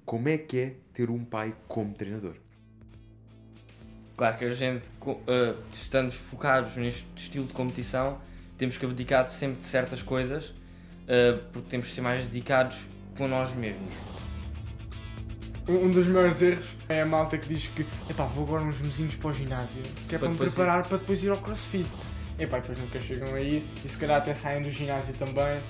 como é que é ter um pai como treinador? Claro que a gente, estando focados neste estilo de competição, temos que abdicar sempre de certas coisas, porque temos que ser mais dedicados com nós mesmos. Um dos maiores erros é a malta que diz que vou agora uns mesinhos para o ginásio, que é para me preparar para depois ir ao CrossFit. E depois nunca chegam aí e se calhar até saem do ginásio também.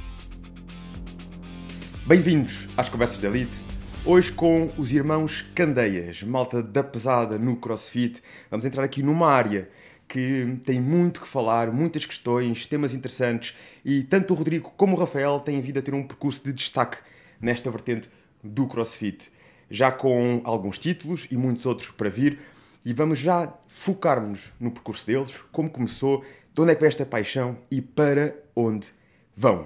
Bem-vindos às Conversas da Elite. Hoje com os irmãos Candeias, malta da pesada no CrossFit. Vamos entrar aqui numa área que tem muito que falar, muitas questões, temas interessantes, e tanto o Rodrigo como o Rafael têm vindo a ter um percurso de destaque nesta vertente do CrossFit, já com alguns títulos e muitos outros para vir, e vamos já focar-nos no percurso deles, como começou, de onde é que vem esta paixão e para onde vão.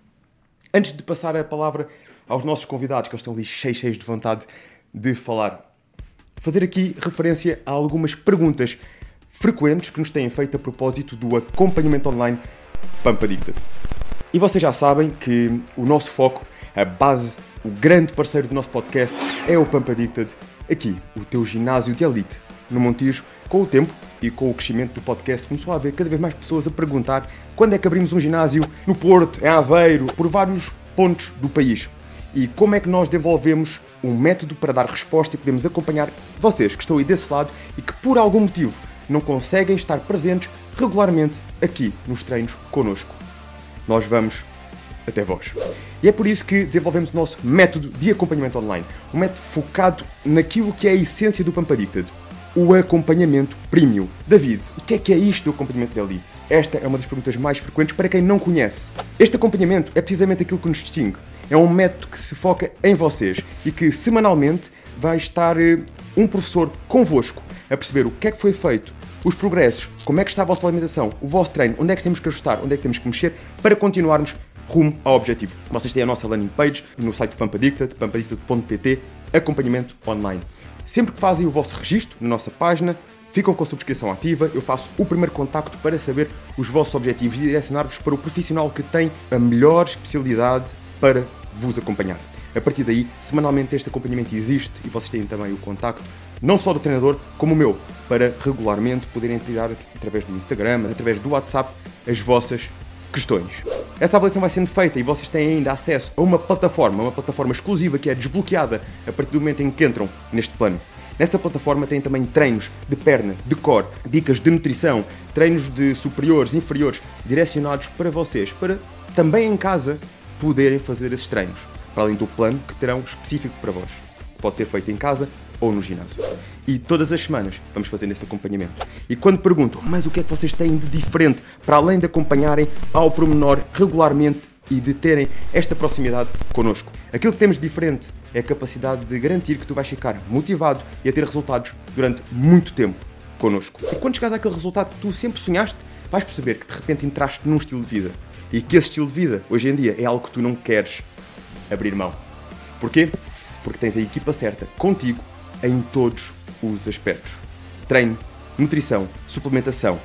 Antes de passar a palavra aos nossos convidados, que eles estão ali cheios de vontade de falar, fazer aqui referência a algumas perguntas frequentes que nos têm feito a propósito do acompanhamento online Pump Addicted. E vocês já sabem que o nosso foco, a base, o grande parceiro do nosso podcast é o Pump Addicted, aqui, o teu ginásio de elite no Montijo. Com o tempo e com o crescimento do podcast, começou a haver cada vez mais pessoas a perguntar quando é que abrimos um ginásio no Porto, em Aveiro, por vários pontos do país. E como é que nós desenvolvemos um método para dar resposta e podemos acompanhar vocês que estão aí desse lado e que por algum motivo não conseguem estar presentes regularmente aqui nos treinos connosco. Nós vamos até vós. E é por isso que desenvolvemos o nosso método de acompanhamento online. Um método focado naquilo que é a essência do Pump Addicted. O acompanhamento premium. David, o que é isto do acompanhamento da elite? Esta é uma das perguntas mais frequentes para quem não conhece. Este acompanhamento é precisamente aquilo que nos distingue. É um método que se foca em vocês e que semanalmente vai estar um professor convosco a perceber o que é que foi feito, os progressos, como é que está a vossa alimentação, o vosso treino, onde é que temos que ajustar, onde é que temos que mexer para continuarmos rumo ao objetivo. Vocês têm a nossa landing page no site do Pump Addicted, pumpaddicted.pt, acompanhamento online. Sempre que fazem o vosso registro na nossa página, ficam com a subscrição ativa, eu faço o primeiro contacto para saber os vossos objetivos e direcionar-vos para o profissional que tem a melhor especialidade para vos acompanhar. A partir daí, semanalmente este acompanhamento existe e vocês têm também o contacto, não só do treinador, como o meu, para regularmente poderem tirar através do Instagram, através do WhatsApp, as vossas questões. Essa avaliação vai sendo feita e vocês têm ainda acesso a uma plataforma exclusiva que é desbloqueada a partir do momento em que entram neste plano. Nessa plataforma tem também treinos de perna, de core, dicas de nutrição, treinos de superiores, inferiores, direcionados para vocês, para também em casa poderem fazer esses treinos, para além do plano que terão específico para vós. Pode ser feito em casa ou no ginásio. E todas as semanas vamos fazendo esse acompanhamento. E quando perguntam, mas o que é que vocês têm de diferente, para além de acompanharem ao pormenor regularmente e de terem esta proximidade connosco? Aquilo que temos de diferente é a capacidade de garantir que tu vais ficar motivado e a ter resultados durante muito tempo connosco. E quando chegares àquele resultado que tu sempre sonhaste, vais perceber que de repente entraste num estilo de vida. E que esse estilo de vida, hoje em dia, é algo que tu não queres abrir mão. Porquê? Porque tens a equipa certa contigo em todos os aspectos. Treino, nutrição, suplementação,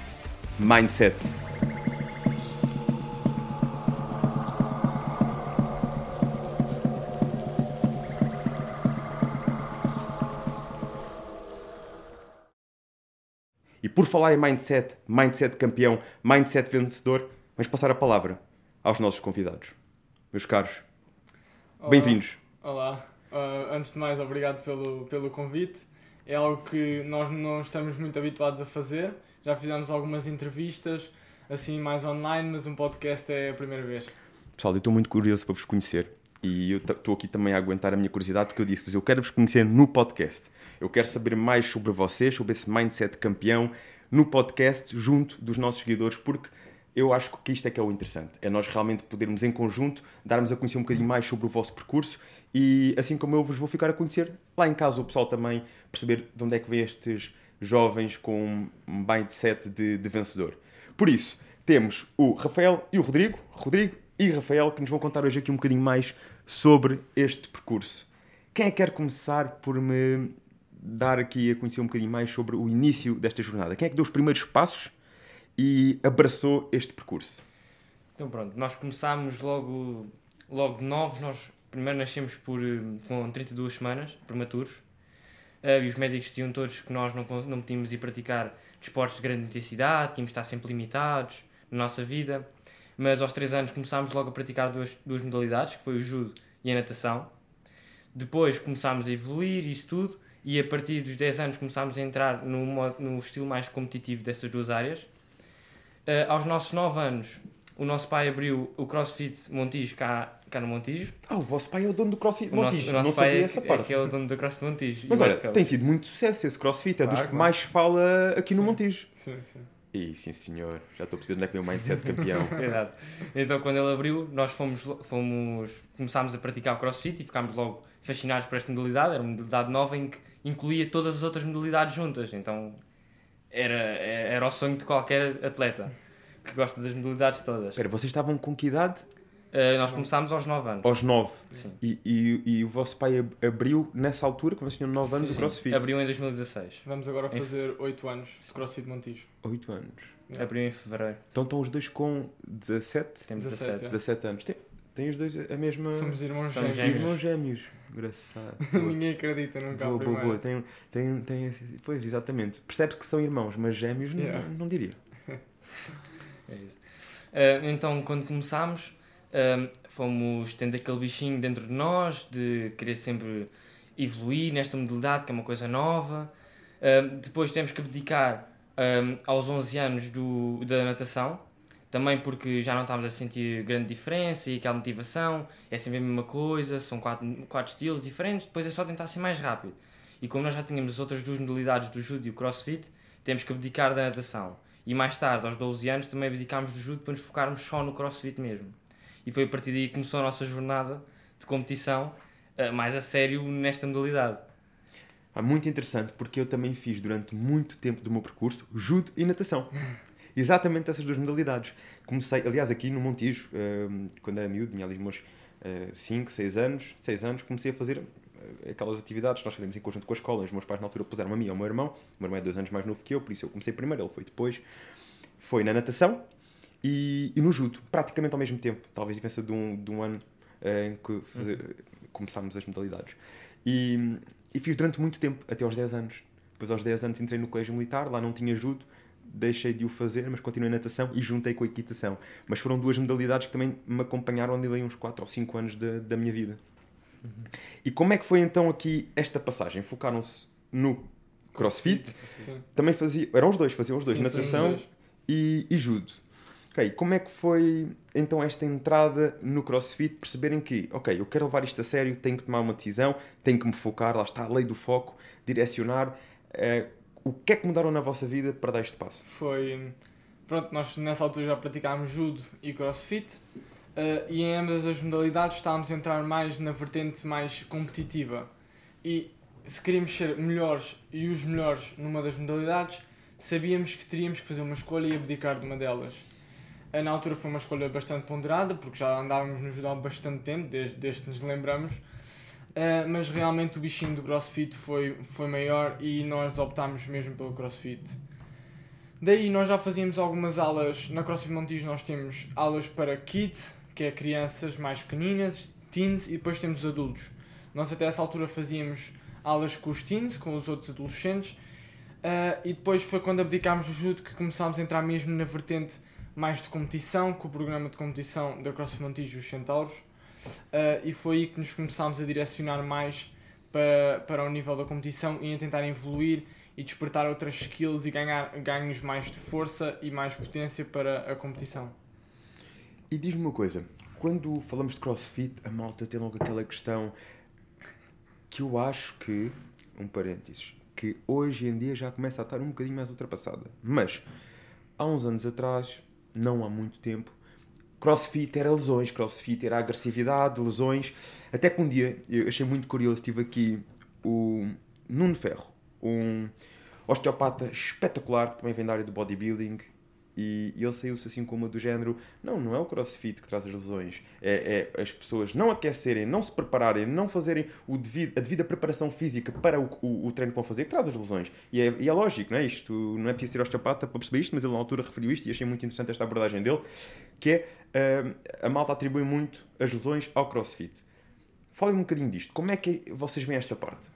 mindset. E por falar em mindset, mindset campeão, mindset vencedor, vamos passar a palavra aos nossos convidados. Meus caros, bem-vindos. Olá. Antes de mais, obrigado pelo convite. É algo que nós não estamos muito habituados a fazer. Já fizemos algumas entrevistas, assim mais online, mas um podcast é a primeira vez. Pessoal, eu estou muito curioso para vos conhecer e eu estou aqui também a aguentar a minha curiosidade porque eu disse-vos, eu quero vos conhecer no podcast. Eu quero saber mais sobre vocês, sobre esse mindset campeão no podcast junto dos nossos seguidores, porque eu acho que isto é que é o interessante. É nós realmente podermos em conjunto darmos a conhecer um bocadinho mais sobre o vosso percurso e assim como eu vos vou ficar a conhecer, lá em casa o pessoal também perceber de onde é que vêm estes jovens com um mindset de vencedor. Por isso, temos o Rafael e o Rodrigo e Rafael, que nos vão contar hoje aqui um bocadinho mais sobre este percurso. Quem é que quer começar por me dar aqui a conhecer um bocadinho mais sobre o início desta jornada? Quem é que deu os primeiros passos e abraçou este percurso? Então pronto, nós começámos logo de novos, nós primeiro nascemos com 32 semanas, prematuros, e os médicos diziam todos que nós não podíamos ir praticar desportos de grande intensidade, que íamos estar sempre limitados na nossa vida, mas aos 3 anos começámos logo a praticar duas modalidades, que foi o judo e a natação. Depois começámos a evoluir isso tudo, e a partir dos 10 anos começámos a entrar no estilo mais competitivo dessas duas áreas. Aos nossos 9 anos, o nosso pai abriu o CrossFit Montijo, cá no Montijo. O vosso pai é o dono do CrossFit Montijo. O nosso não pai sabia essa parte. É que é o dono do CrossFit Montijo. Mas olha, tem tido muito sucesso esse CrossFit, é dos que mais se fala aqui no Montijo. Sim. E sim senhor, já estou a perceber onde é que vem o mindset campeão. Verdade. Então quando ele abriu, nós começámos a praticar o CrossFit e ficámos logo fascinados por esta modalidade. Era uma modalidade nova em que incluía todas as outras modalidades juntas. Então era o sonho de qualquer atleta que gosta das modalidades todas. Espera, vocês estavam com que idade? Nós começámos aos 9 anos. Aos 9? Sim. E o vosso pai abriu nessa altura, quando vocês tinham 9 anos, o CrossFit? Abriu em 2016. Vamos agora fazer 8 anos de CrossFit Montijo. 8 anos. Abriu em fevereiro. Então estão os dois com 17? Temos 17 anos. Tem os dois a mesma... Somos irmãos Somos gêmeos. Irmãos gêmeos. Engraçado. Ninguém acredita nunca. Boa. Pois, exatamente. Percebe-se que são irmãos, mas gêmeos não diria. É isso. Então, quando começámos, fomos tendo aquele bichinho dentro de nós, de querer sempre evoluir nesta modalidade, que é uma coisa nova. Depois temos que abdicar aos 11 anos da natação, também porque já não estávamos a sentir grande diferença e aquela motivação, é sempre a mesma coisa, são quatro estilos diferentes, depois é só tentar ser mais rápido. E como nós já tínhamos as outras duas modalidades do judo e o crossfit, temos que abdicar da natação. E mais tarde, aos 12 anos, também abdicámos do judo para nos focarmos só no crossfit mesmo. E foi a partir daí que começou a nossa jornada de competição mais a sério nesta modalidade. Muito interessante, porque eu também fiz durante muito tempo do meu percurso judo e natação. Exatamente essas duas modalidades. Comecei, aliás, aqui no Montijo, quando era miúdo, tinha ali os meus 5, 6 anos, comecei a fazer aquelas atividades que nós fazemos em conjunto com a escola. Os meus pais na altura puseram a mim e ao meu irmão. O meu irmão é 2 anos mais novo que eu, por isso eu comecei primeiro, ele foi depois. Foi na natação e no judo, praticamente ao mesmo tempo. Talvez diferença de um ano em que começámos as modalidades. E fiz durante muito tempo, até aos 10 anos. Depois aos 10 anos entrei no colégio militar, lá não tinha judo, deixei de o fazer, mas continuei na natação e juntei com a equitação. Mas foram duas modalidades que também me acompanharam ali uns 4 ou 5 anos da minha vida. E como é que foi então aqui esta passagem? Focaram-se no crossfit, Sim. também faziam os dois, natação e judo. Ok, como é que foi então esta entrada no crossfit, perceberem que, ok, eu quero levar isto a sério, tenho que tomar uma decisão, tenho que me focar, lá está a lei do foco, direcionar. O que é que mudaram na vossa vida para dar este passo? Pronto, nós nessa altura já praticámos judo e crossfit. E em ambas as modalidades estávamos a entrar mais na vertente mais competitiva. E se queríamos ser melhores e os melhores numa das modalidades, sabíamos que teríamos que fazer uma escolha e abdicar de uma delas. Na altura foi uma escolha bastante ponderada, porque já andávamos no judo há bastante tempo, desde que nos lembramos. Mas realmente o bichinho do crossfit foi maior e nós optámos mesmo pelo crossfit. Daí nós já fazíamos algumas aulas, na CrossFit Montijo nós temos aulas para kids, que é crianças mais pequeninas, teens, e depois temos os adultos. Nós até essa altura fazíamos aulas com os teens, com os outros adolescentes, e depois foi quando abdicámos do judo que começámos a entrar mesmo na vertente mais de competição, com o programa de competição da CrossFit Montijo, os Centauros, e foi aí que nos começámos a direcionar mais para o nível da competição e a tentar evoluir e despertar outras skills e ganhos mais de força e mais potência para a competição. E diz-me uma coisa, quando falamos de crossfit, a malta tem logo aquela questão que eu acho que, um parênteses, que hoje em dia já começa a estar um bocadinho mais ultrapassada. Mas, há uns anos atrás, não há muito tempo, crossfit era lesões, crossfit era agressividade, lesões. Até que um dia, eu achei muito curioso, tive aqui o Nuno Ferro, um osteopata espetacular, que também vem da área do bodybuilding, e ele saiu-se assim como do género, não é o crossfit que traz as lesões, é as pessoas não aquecerem, não se prepararem, não fazerem a devida preparação física para o treino que vão fazer, que traz as lesões. E é lógico, não é? Isto não é preciso ser osteopata para perceber isto, mas ele na altura referiu isto e achei muito interessante esta abordagem dele, que é, a malta atribui muito as lesões ao crossfit. Falem um bocadinho disto. Como é que vocês veem esta parte?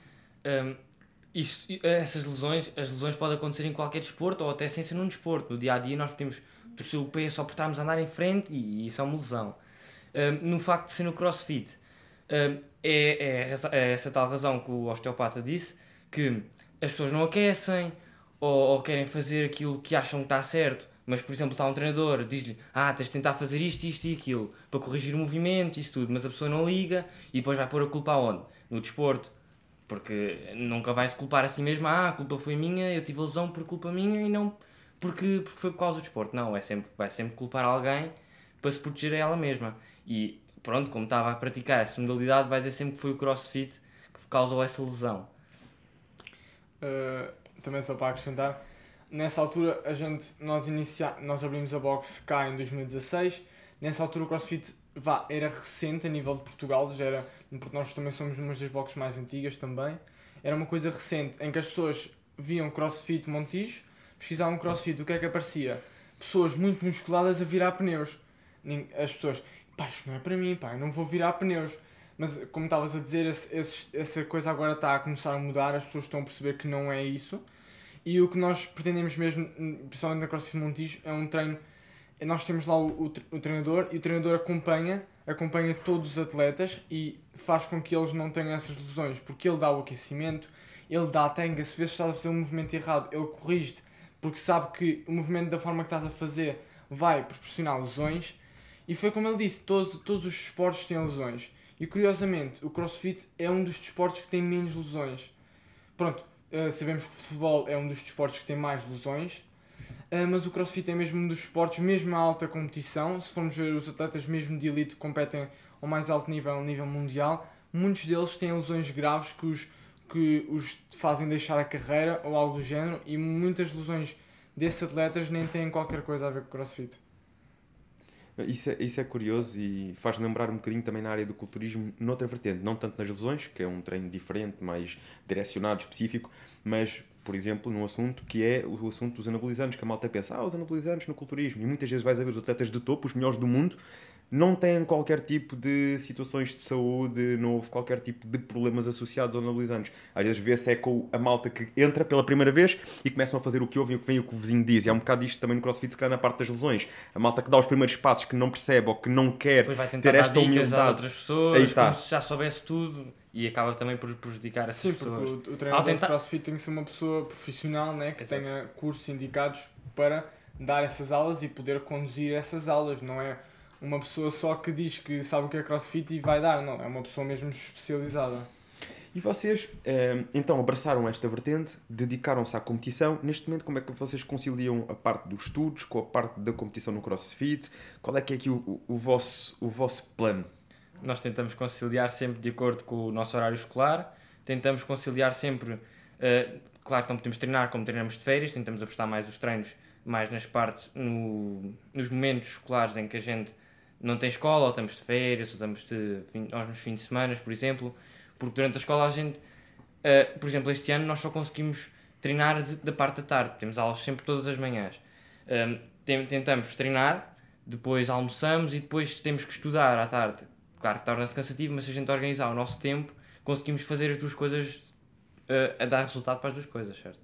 As lesões podem acontecer em qualquer desporto ou até sem ser num desporto. No dia-a-dia nós podemos torcer o pé só por estarmos a andar em frente e isso é uma lesão. No facto de ser no CrossFit, é essa tal razão que o osteopata disse, que as pessoas não aquecem ou querem fazer aquilo que acham que está certo, mas, por exemplo, está um treinador, diz-lhe tens de tentar fazer isto e aquilo, para corrigir o movimento, isso tudo, mas a pessoa não liga e depois vai pôr a culpa aonde? No desporto. Porque nunca vai se culpar a si mesmo, a culpa foi minha, eu tive a lesão por culpa minha e não porque foi por causa do desporto. Não, vai sempre culpar alguém para se proteger a ela mesma. E pronto, como estava a praticar essa modalidade, vai dizer sempre que foi o CrossFit que causou essa lesão. Também só para acrescentar, nessa altura nós abrimos a box cá em 2016. Nessa altura o CrossFit era recente a nível de Portugal, porque nós também somos uma das boxes mais antigas também. Era uma coisa recente em que as pessoas viam CrossFit Montijo, pesquisavam CrossFit, o que é que aparecia? Pessoas muito musculadas a virar pneus. As pessoas, isto não é para mim, eu não vou virar pneus. Mas como estavas a dizer, essa coisa agora está a começar a mudar, as pessoas estão a perceber que não é isso. E o que nós pretendemos mesmo, principalmente na CrossFit Montijo, é um treino. Nós temos lá o treinador e o treinador acompanha todos os atletas e faz com que eles não tenham essas lesões, porque ele dá o aquecimento, ele dá a técnica, se vês que estás a fazer um movimento errado, ele corrige-te, porque sabe que o movimento da forma que estás a fazer vai proporcionar lesões. E foi como ele disse, todos os esportes têm lesões. E curiosamente, o CrossFit é um dos desportos que tem menos lesões. Pronto, sabemos que o futebol é um dos desportos que tem mais lesões, mas o CrossFit é mesmo um dos esportes, mesmo a alta competição. Se formos ver os atletas mesmo de elite que competem ao mais alto nível, nível mundial, muitos deles têm lesões graves que os fazem deixar a carreira ou algo do género, e muitas lesões desses atletas nem têm qualquer coisa a ver com o CrossFit. Isso é curioso e faz lembrar um bocadinho também na área do culturismo, noutra vertente, não tanto nas lesões, que é um treino diferente, mais direcionado, específico, mas, por exemplo, num assunto que é o assunto dos anabolizantes, que a malta pensa, os anabolizantes no culturismo, e muitas vezes vais a ver os atletas de topo, os melhores do mundo, não têm qualquer tipo de situações de saúde, não houve qualquer tipo de problemas associados aos anabolizantes. Às vezes vê-se com a malta que entra pela primeira vez e começam a fazer o que ouvem, o que vem, o que o vizinho diz. E há um bocado disto também no CrossFit, se calhar na parte das lesões. A malta que dá os primeiros passos, que não percebe ou que não quer ter esta humildade. Às outras pessoas, como se já soubesse tudo, e acaba também por prejudicar essas pessoas. Porque o treinador de CrossFit tem que ser uma pessoa profissional, né, que tenha cursos indicados para dar essas aulas e poder conduzir essas aulas, não é uma pessoa só que diz que sabe o que é CrossFit e vai dar, não, é uma pessoa mesmo especializada. E vocês, então, abraçaram esta vertente, dedicaram-se à competição. Neste momento, como é que vocês conciliam a parte dos estudos com a parte da competição no CrossFit? Qual é que é aqui o vosso plano? Nós tentamos conciliar sempre de acordo com o nosso horário escolar, tentamos conciliar sempre, claro que não podemos treinar como treinamos de férias, tentamos apostar mais os treinos, mais nas partes, nos momentos escolares em que a gente não tem escola, ou estamos de férias, ou estamos nos fins de semana, por exemplo, porque durante a escola a gente, por exemplo, este ano nós só conseguimos treinar da parte da tarde, temos aulas sempre todas as manhãs. Tentamos treinar, depois almoçamos e depois temos que estudar à tarde. Claro que torna-se cansativo, mas se a gente organizar o nosso tempo, conseguimos fazer as duas coisas, a dar resultado para as duas coisas, certo?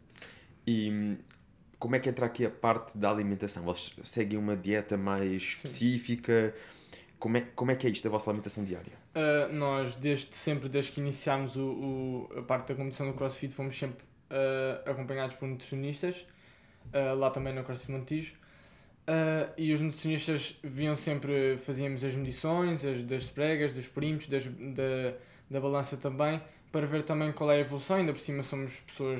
E como é que entra aqui a parte da alimentação? Vocês seguem uma dieta mais específica? Como é que é isto da vossa alimentação diária? Nós, desde que iniciámos a parte da competição do CrossFit, fomos sempre acompanhados por nutricionistas, lá também no CrossFit Montijo. E os nutricionistas fazíamos as medições, das pregas, dos perímetros, da balança também, para ver também qual é a evolução. Ainda por cima somos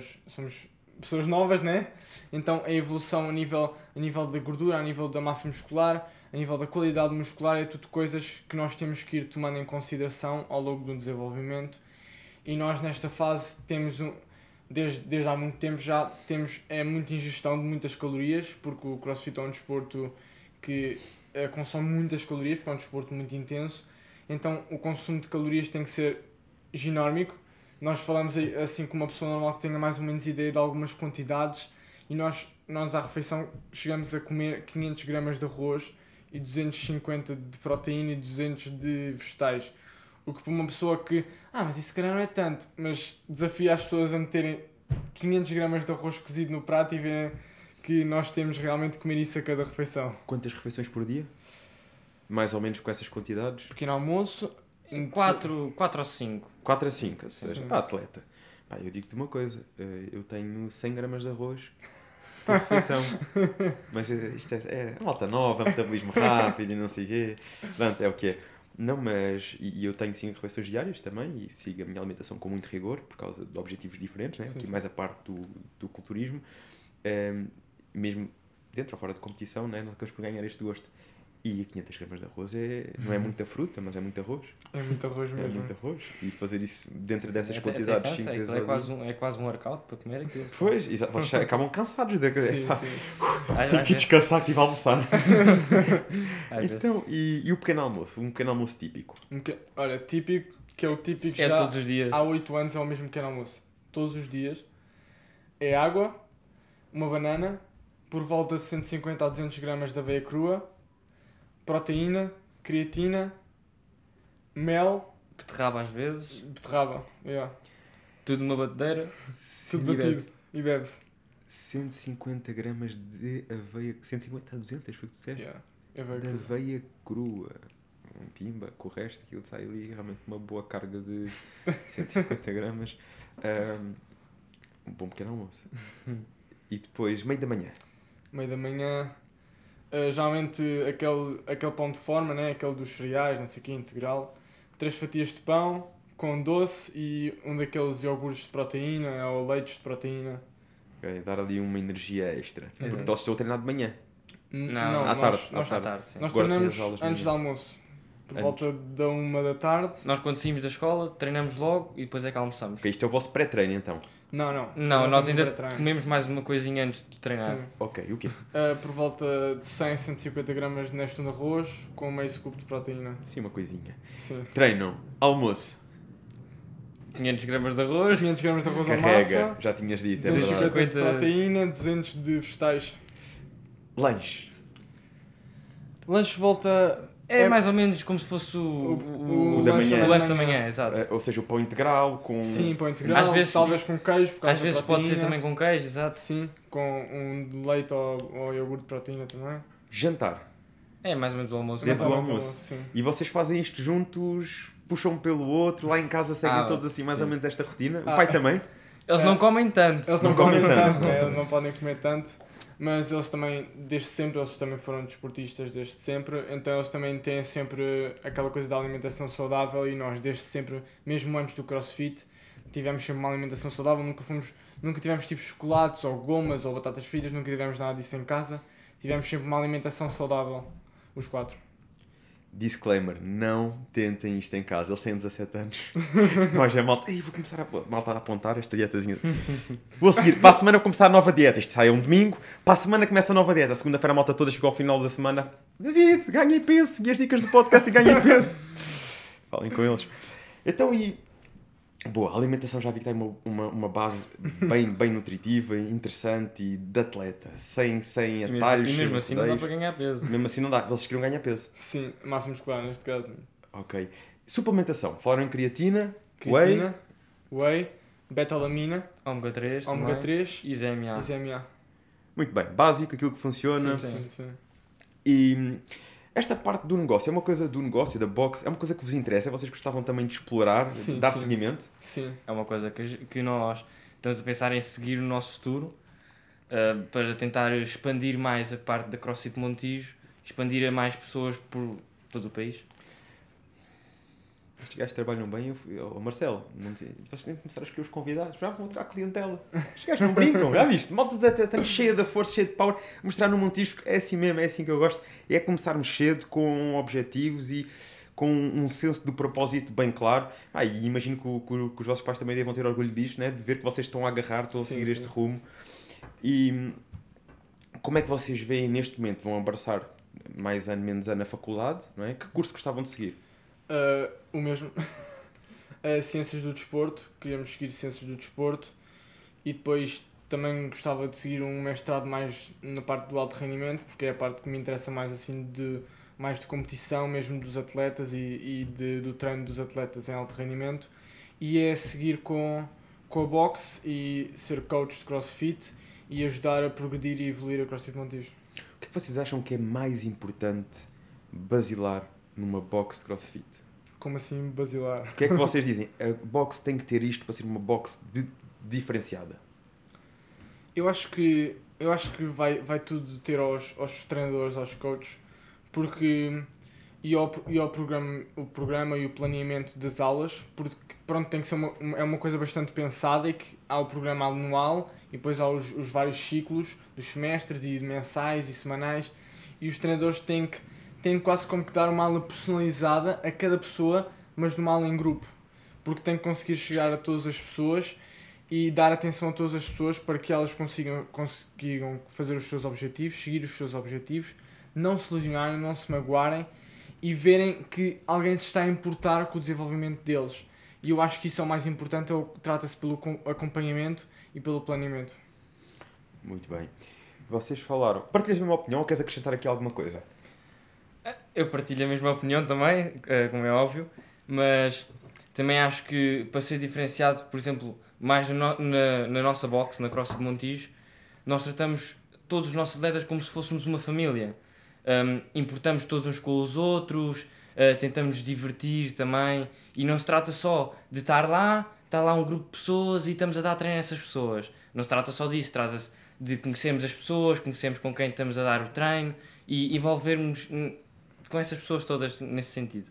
pessoas novas, né? Então a evolução a nível da gordura, a nível da massa muscular, a nível da qualidade muscular, é tudo coisas que nós temos que ir tomando em consideração ao longo do desenvolvimento. E nós nesta fase temos desde há muito tempo já temos muita ingestão de muitas calorias, porque o CrossFit é um desporto que consome muitas calorias, porque é um desporto muito intenso. Então o consumo de calorias tem que ser ginórmico. Nós falamos assim com uma pessoa normal que tenha mais ou menos ideia de algumas quantidades, e nós à refeição chegamos a comer 500 gramas de arroz e 250 de proteína e 200 de vegetais. O que para uma pessoa que, mas isso se calhar não é tanto, mas desafia as pessoas a meterem 500 gramas de arroz cozido no prato e verem que nós temos realmente de comer isso a cada refeição. Quantas refeições por dia? Mais ou menos com essas quantidades? Pequeno almoço... 4 ou 5. 4 a 5, ou seja, Sim. atleta. Pá, eu digo-te uma coisa, eu tenho 100 gramas de arroz por refeição. Mas isto é malta nova, metabolismo rápido e não sei o quê. Pronto, é o que é. Não, mas... E eu tenho 5 refeições diárias também e sigo a minha alimentação com muito rigor por causa de objetivos diferentes, né? Aqui mais a parte do culturismo. Mesmo dentro ou fora de competição, né? Nós acabamos por ganhar este gosto. E 500 gramas de arroz não é muita fruta, mas é muito arroz. É muito arroz mesmo. É muito arroz. E fazer isso dentro dessas quantidades 5 vezes ao dia. É quase um workout para comer aquilo. Pois, vocês acabam cansados da Sim, pá, sim. tenho que descansar que estive a almoçar. Às vezes. Então, e o pequeno almoço? Um pequeno almoço típico? Olha, típico, que é o típico É já todos os dias. há 8 anos é o mesmo pequeno almoço. Todos os dias. É água, uma banana, por volta de 150 a 200 gramas de aveia crua, proteína, creatina, mel, Beterraba às vezes. beterraba. Yeah. Tudo numa batedeira. Tudo E batido. bebe-se. E bebe-se. 150 gramas de aveia... 150 a 200, foi o que disseste? Yeah. Aveia De crua. aveia crua. Pimba, com o resto, aquilo sai ali realmente uma boa carga de 150 gramas. Um bom pequeno almoço. E depois, meio da manhã. Meio da manhã. Geralmente aquele pão de forma, né? Aquele dos cereais, não sei o que, integral. 3 fatias de pão com doce e um daqueles iogurtes de proteína ou leites de proteína. Okay? Dar ali uma energia extra. É. Porque nós estou a treinar de manhã. Não, à tarde. Nós À tarde, sim. Nós Agora treinamos tens aulas de antes do manhã. almoço. Por Antes. volta da 1 da tarde. Nós quando saímos da escola treinamos logo e depois é que almoçamos. Ok, isto é o vosso pré-treino então. Não. Não, nós temos ainda pré-treino. comemos mais uma coisinha antes de treinar. Sim. Ok, o quê? Por volta de 100, 150 gramas de nesto de arroz com meio scoop de proteína. Sim, uma coisinha. Sim. Treino, almoço, 500 gramas de arroz. 500 gramas de arroz à carrega, massa, já tinhas dito, é 250 verdade. de proteína, 200 de vegetais. Lanche. Lanche volta... É mais ou menos como se fosse O da lanche manhã. o lanche da manhã, exato. Ou seja, o pão integral com... Sim, pão integral, Às vezes- talvez com queijo, por causa Às da vezes pode ser proteína. também com queijo, exato. Sim, com um de leite ou iogurte de proteína também. Jantar. É mais ou menos o almoço. Dentro do Mais ou menos almoço. Sim. E vocês fazem isto juntos, puxam um pelo outro, lá em casa seguem Ah, todos assim mais sim. ou menos esta rotina. O Ah. pai também? Eles não comem tanto. Eles Não não comem comem tanto. tanto, né? Eles não podem comer tanto, mas eles também, desde sempre, eles também foram desportistas desde sempre, então eles também têm sempre aquela coisa da alimentação saudável e nós desde sempre, mesmo antes do CrossFit, tivemos sempre uma alimentação saudável, nunca tivemos tipo chocolates ou gomas ou batatas fritas, nunca tivemos nada disso em casa, tivemos sempre uma alimentação saudável, os 4. Disclaimer, não tentem isto em casa, eles têm 17 anos. Se nós é malta, vou começar a apontar esta dietazinha. Vou seguir, para a semana vou começar a nova dieta. Isto sai um domingo, para a semana começa a nova dieta. A segunda-feira a malta toda chegou ao final da semana. David, ganhei peso, segui as dicas do podcast e ganhei peso. Falem com eles. Então, boa, a alimentação já vi que tem uma base bem nutritiva, interessante e de atleta, sem atalhos. E mesmo sem assim não dá rodeios. para ganhar peso. Mesmo assim não dá, vocês queriam ganhar peso. Sim, massa muscular neste caso. Ok. Suplementação. Falaram em creatina, Whey, betalamina, Ômega 3 ômega também. 3 E ZMA. e ZMA. Muito bem. Básico, aquilo que funciona. Sim. E esta parte do negócio, é uma coisa do negócio, da box, é uma coisa que vos interessa, vocês gostavam também de explorar, Sim, dar sim. seguimento. Sim. É uma coisa que nós estamos a pensar em seguir o nosso futuro para tentar expandir mais a parte da CrossFit Montijo, expandir a mais pessoas por todo o país. Estes gajos trabalham bem, Marcelo, vocês têm que começar a escolher os convidados, já vão entrar clientela. Estes gajos não brincam, já viste? Malta 17 anos, cheia da força, cheia de power, mostrar no Montijo que é assim mesmo, é assim que eu gosto, é começarmos cedo, com objetivos e com um senso de propósito bem claro. E imagino que os vossos pais também devam ter orgulho disto, né? De ver que vocês estão a agarrar, estão a Sim, seguir sim. este rumo. E como é que vocês veem neste momento? Vão abraçar mais ano, menos ano na faculdade, não é? Que curso gostavam de seguir? O mesmo. Ciências do desporto, queríamos seguir Ciências do desporto e depois também gostava de seguir um mestrado mais na parte do alto rendimento, porque é a parte que me interessa mais assim de mais de competição mesmo dos atletas e do treino dos atletas em alto rendimento, e é seguir com a boxe e ser coach de CrossFit e ajudar a progredir e evoluir a CrossFit Montijo. O que é que vocês acham que é mais importante basilar numa boxe de CrossFit? Como assim basilar? O que é que vocês dizem? A boxe tem que ter isto para ser uma boxe diferenciada? Eu acho que vai tudo ter aos treinadores, aos coaches, porque o programa e o planeamento das aulas, porque pronto, tem que ser uma coisa bastante pensada, e que há o programa anual e depois há os vários ciclos dos semestres e mensais e semanais, e os treinadores têm quase como que dar uma aula personalizada a cada pessoa, mas numa aula em grupo, porque tem que conseguir chegar a todas as pessoas e dar atenção a todas as pessoas para que elas consigam fazer os seus objetivos, seguir os seus objetivos, não se lesionarem, não se magoarem e verem que alguém se está a importar com o desenvolvimento deles. E eu acho que isso é o mais importante, trata-se pelo acompanhamento e pelo planeamento. Muito bem. Vocês falaram... Partilhas a mesma opinião ou queres acrescentar aqui alguma coisa? Eu partilho a mesma opinião também, como é óbvio, mas também acho que para ser diferenciado, por exemplo, mais na nossa boxe, na CrossFit Montijo, nós tratamos todos os nossos atletas como se fôssemos uma família. Importamos todos uns com os outros, tentamos divertir também, e não se trata só de estar lá um grupo de pessoas e estamos a dar treino a essas pessoas. Não se trata só disso, trata-se de conhecermos as pessoas, conhecermos com quem estamos a dar o treino e envolvermos com essas pessoas todas nesse sentido.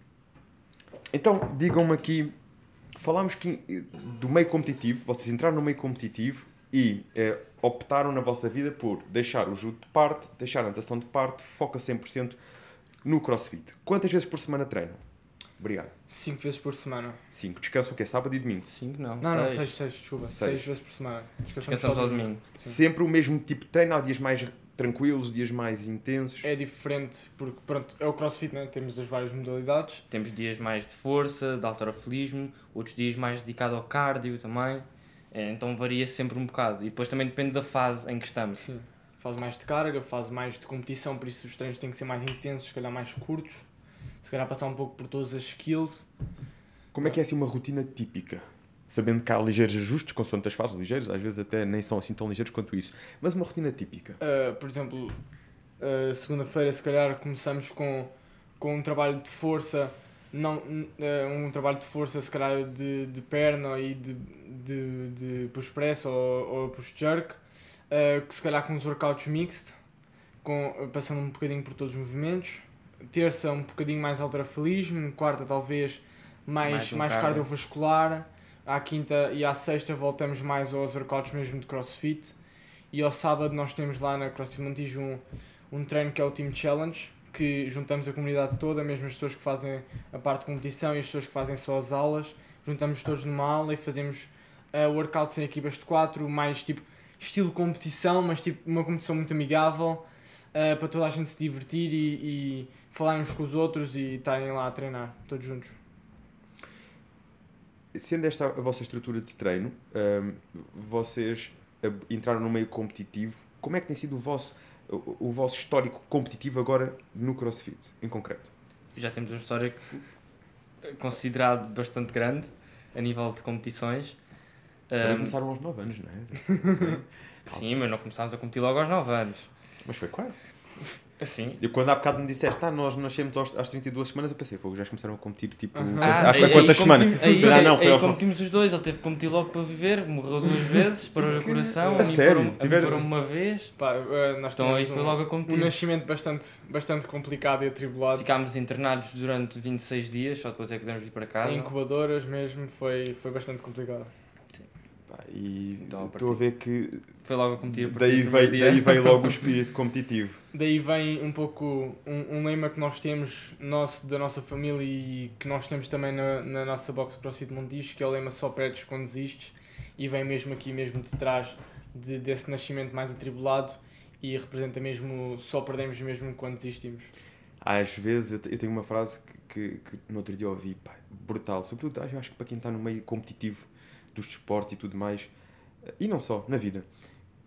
Então, digam-me aqui, falámos do meio competitivo, vocês entraram no meio competitivo e optaram na vossa vida por deixar o judo de parte, deixar a natação de parte, foca 100% no CrossFit. Quantas vezes por semana treinam? Obrigado. 5 vezes por semana. 5. Descansam o quê? Sábado e domingo? 5 não. Não, 6, desculpa. 6 vezes por semana. Descansamos ao domingo. Sim. Sempre o mesmo tipo de treino? Há dias mais tranquilos, dias mais intensos? É diferente, porque pronto, é o CrossFit, né? Temos as várias modalidades. Temos dias mais de força, de halterofilismo, outros dias mais dedicado ao cardio também. Então varia sempre um bocado. E depois também depende da fase em que estamos. Sim. Fase mais de carga, fase mais de competição, por isso os treinos têm que ser mais intensos, se calhar mais curtos. Se calhar passar um pouco por todas as skills. Como é que é assim uma rotina típica? Sabendo que há ligeiros ajustes, consoante as fases ligeiros, às vezes até nem são assim tão ligeiros quanto isso. Mas uma rotina típica. Por exemplo, segunda-feira se calhar começamos com um trabalho de força, um trabalho de força se calhar de perna e de push press ou push jerk, que se calhar com os workouts mixed, passando um bocadinho por todos os movimentos. Terça um bocadinho mais halterofilismo, quarta talvez mais cardiovascular, à quinta e à sexta voltamos mais aos workouts mesmo de CrossFit, e ao sábado nós temos lá na CrossFit Montijo um treino que é o Team Challenge, que juntamos a comunidade toda, mesmo as pessoas que fazem a parte de competição e as pessoas que fazem só as aulas, juntamos todos numa aula e fazemos workouts em equipas de 4, mais tipo estilo competição, mas tipo uma competição muito amigável, para toda a gente se divertir e falarem uns com os outros e estarem lá a treinar, todos juntos. Sendo esta a vossa estrutura de treino, vocês entraram no meio competitivo, como é que tem sido o vosso histórico competitivo agora no CrossFit, em concreto? Já temos um histórico considerado bastante grande a nível de competições. Também começaram aos 9 anos, não é? Sim, mas não começámos a competir logo aos 9 anos. Mas foi quase. Assim. E quando há bocado me disseste, nós nascemos às 32 semanas, eu pensei, já começaram a competir tipo há quantas semanas? Aí competimos os dois, ele teve que competir logo para viver, morreu 2 vezes, parou o coração, a mim foram uma vez. Nós então aí foi logo a competir. Um nascimento bastante complicado e atribulado. Ficámos internados durante 26 dias, só depois é que pudemos ir para casa. Em incubadoras mesmo, foi bastante complicado. E então, estou a ver que foi logo a competir. Daí veio logo o espírito competitivo. Daí vem um pouco um lema que nós temos da nossa família e que nós temos também na nossa boxe CrossFit Montijo, que é o lema só perdes quando desistes, e vem mesmo aqui mesmo de trás desse nascimento mais atribulado e representa mesmo só perdemos mesmo quando desistimos. Às vezes eu tenho uma frase que no outro dia ouvi, brutal, sobretudo eu acho que para quem está no meio competitivo dos desportos e tudo mais, e não só, na vida.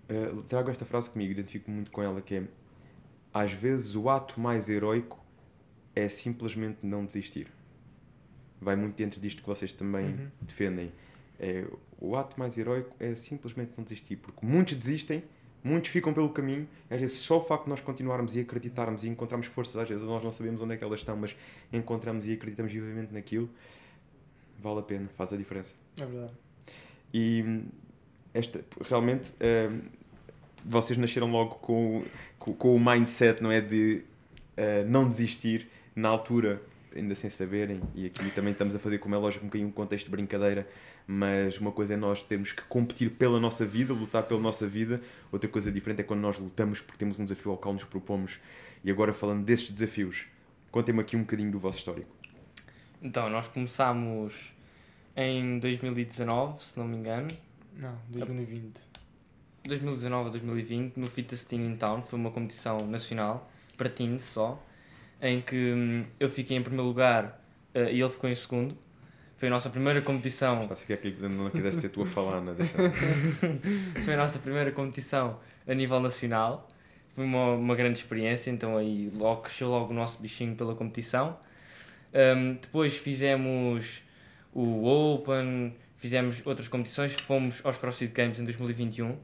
Trago esta frase comigo, identifico-me muito com ela, que é: às vezes o ato mais heroico é simplesmente não desistir. Vai muito dentro disto que vocês também defendem. O ato mais heroico é simplesmente não desistir, porque muitos desistem, muitos ficam pelo caminho, às vezes só o facto de nós continuarmos e acreditarmos e encontrarmos forças, às vezes nós não sabemos onde é que elas estão, mas encontramos e acreditamos vivamente naquilo, vale a pena, faz a diferença. É verdade. E realmente vocês nasceram logo com o mindset, não é, de não desistir na altura, ainda sem saberem, e aqui também estamos a fazer, como é lógico, um bocadinho um contexto de brincadeira, mas uma coisa é nós termos que competir pela nossa vida, lutar pela nossa vida, outra coisa diferente é quando nós lutamos porque temos um desafio ao qual nos propomos. E agora, falando desses desafios, contem-me aqui um bocadinho do vosso histórico. Então, nós começámos em 2019, se não me engano. Não, 2020. 2019 a 2020, no Fittest Teen in Town, foi uma competição nacional, para teens só, em que eu fiquei em primeiro lugar e ele ficou em segundo. Foi a nossa primeira competição. Acho que é que não quiseste ser tu a falar, não é? Foi a nossa primeira competição a nível nacional. Foi uma grande experiência, então aí cresceu logo o nosso bichinho pela competição. Depois fizemos o Open, fizemos outras competições, fomos aos CrossFit Games em 2021,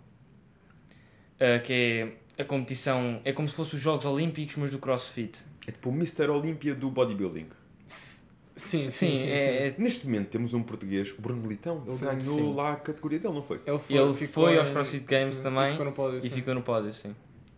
que é a competição, é como se fossem os Jogos Olímpicos, mas do CrossFit. É tipo o Mr. Olímpia do bodybuilding. Sim. Neste momento temos um português, o Bruno Militão, ele ganhou lá a categoria dele, não foi? Ele foi aos CrossFit Games também e ficou no pódio, sim.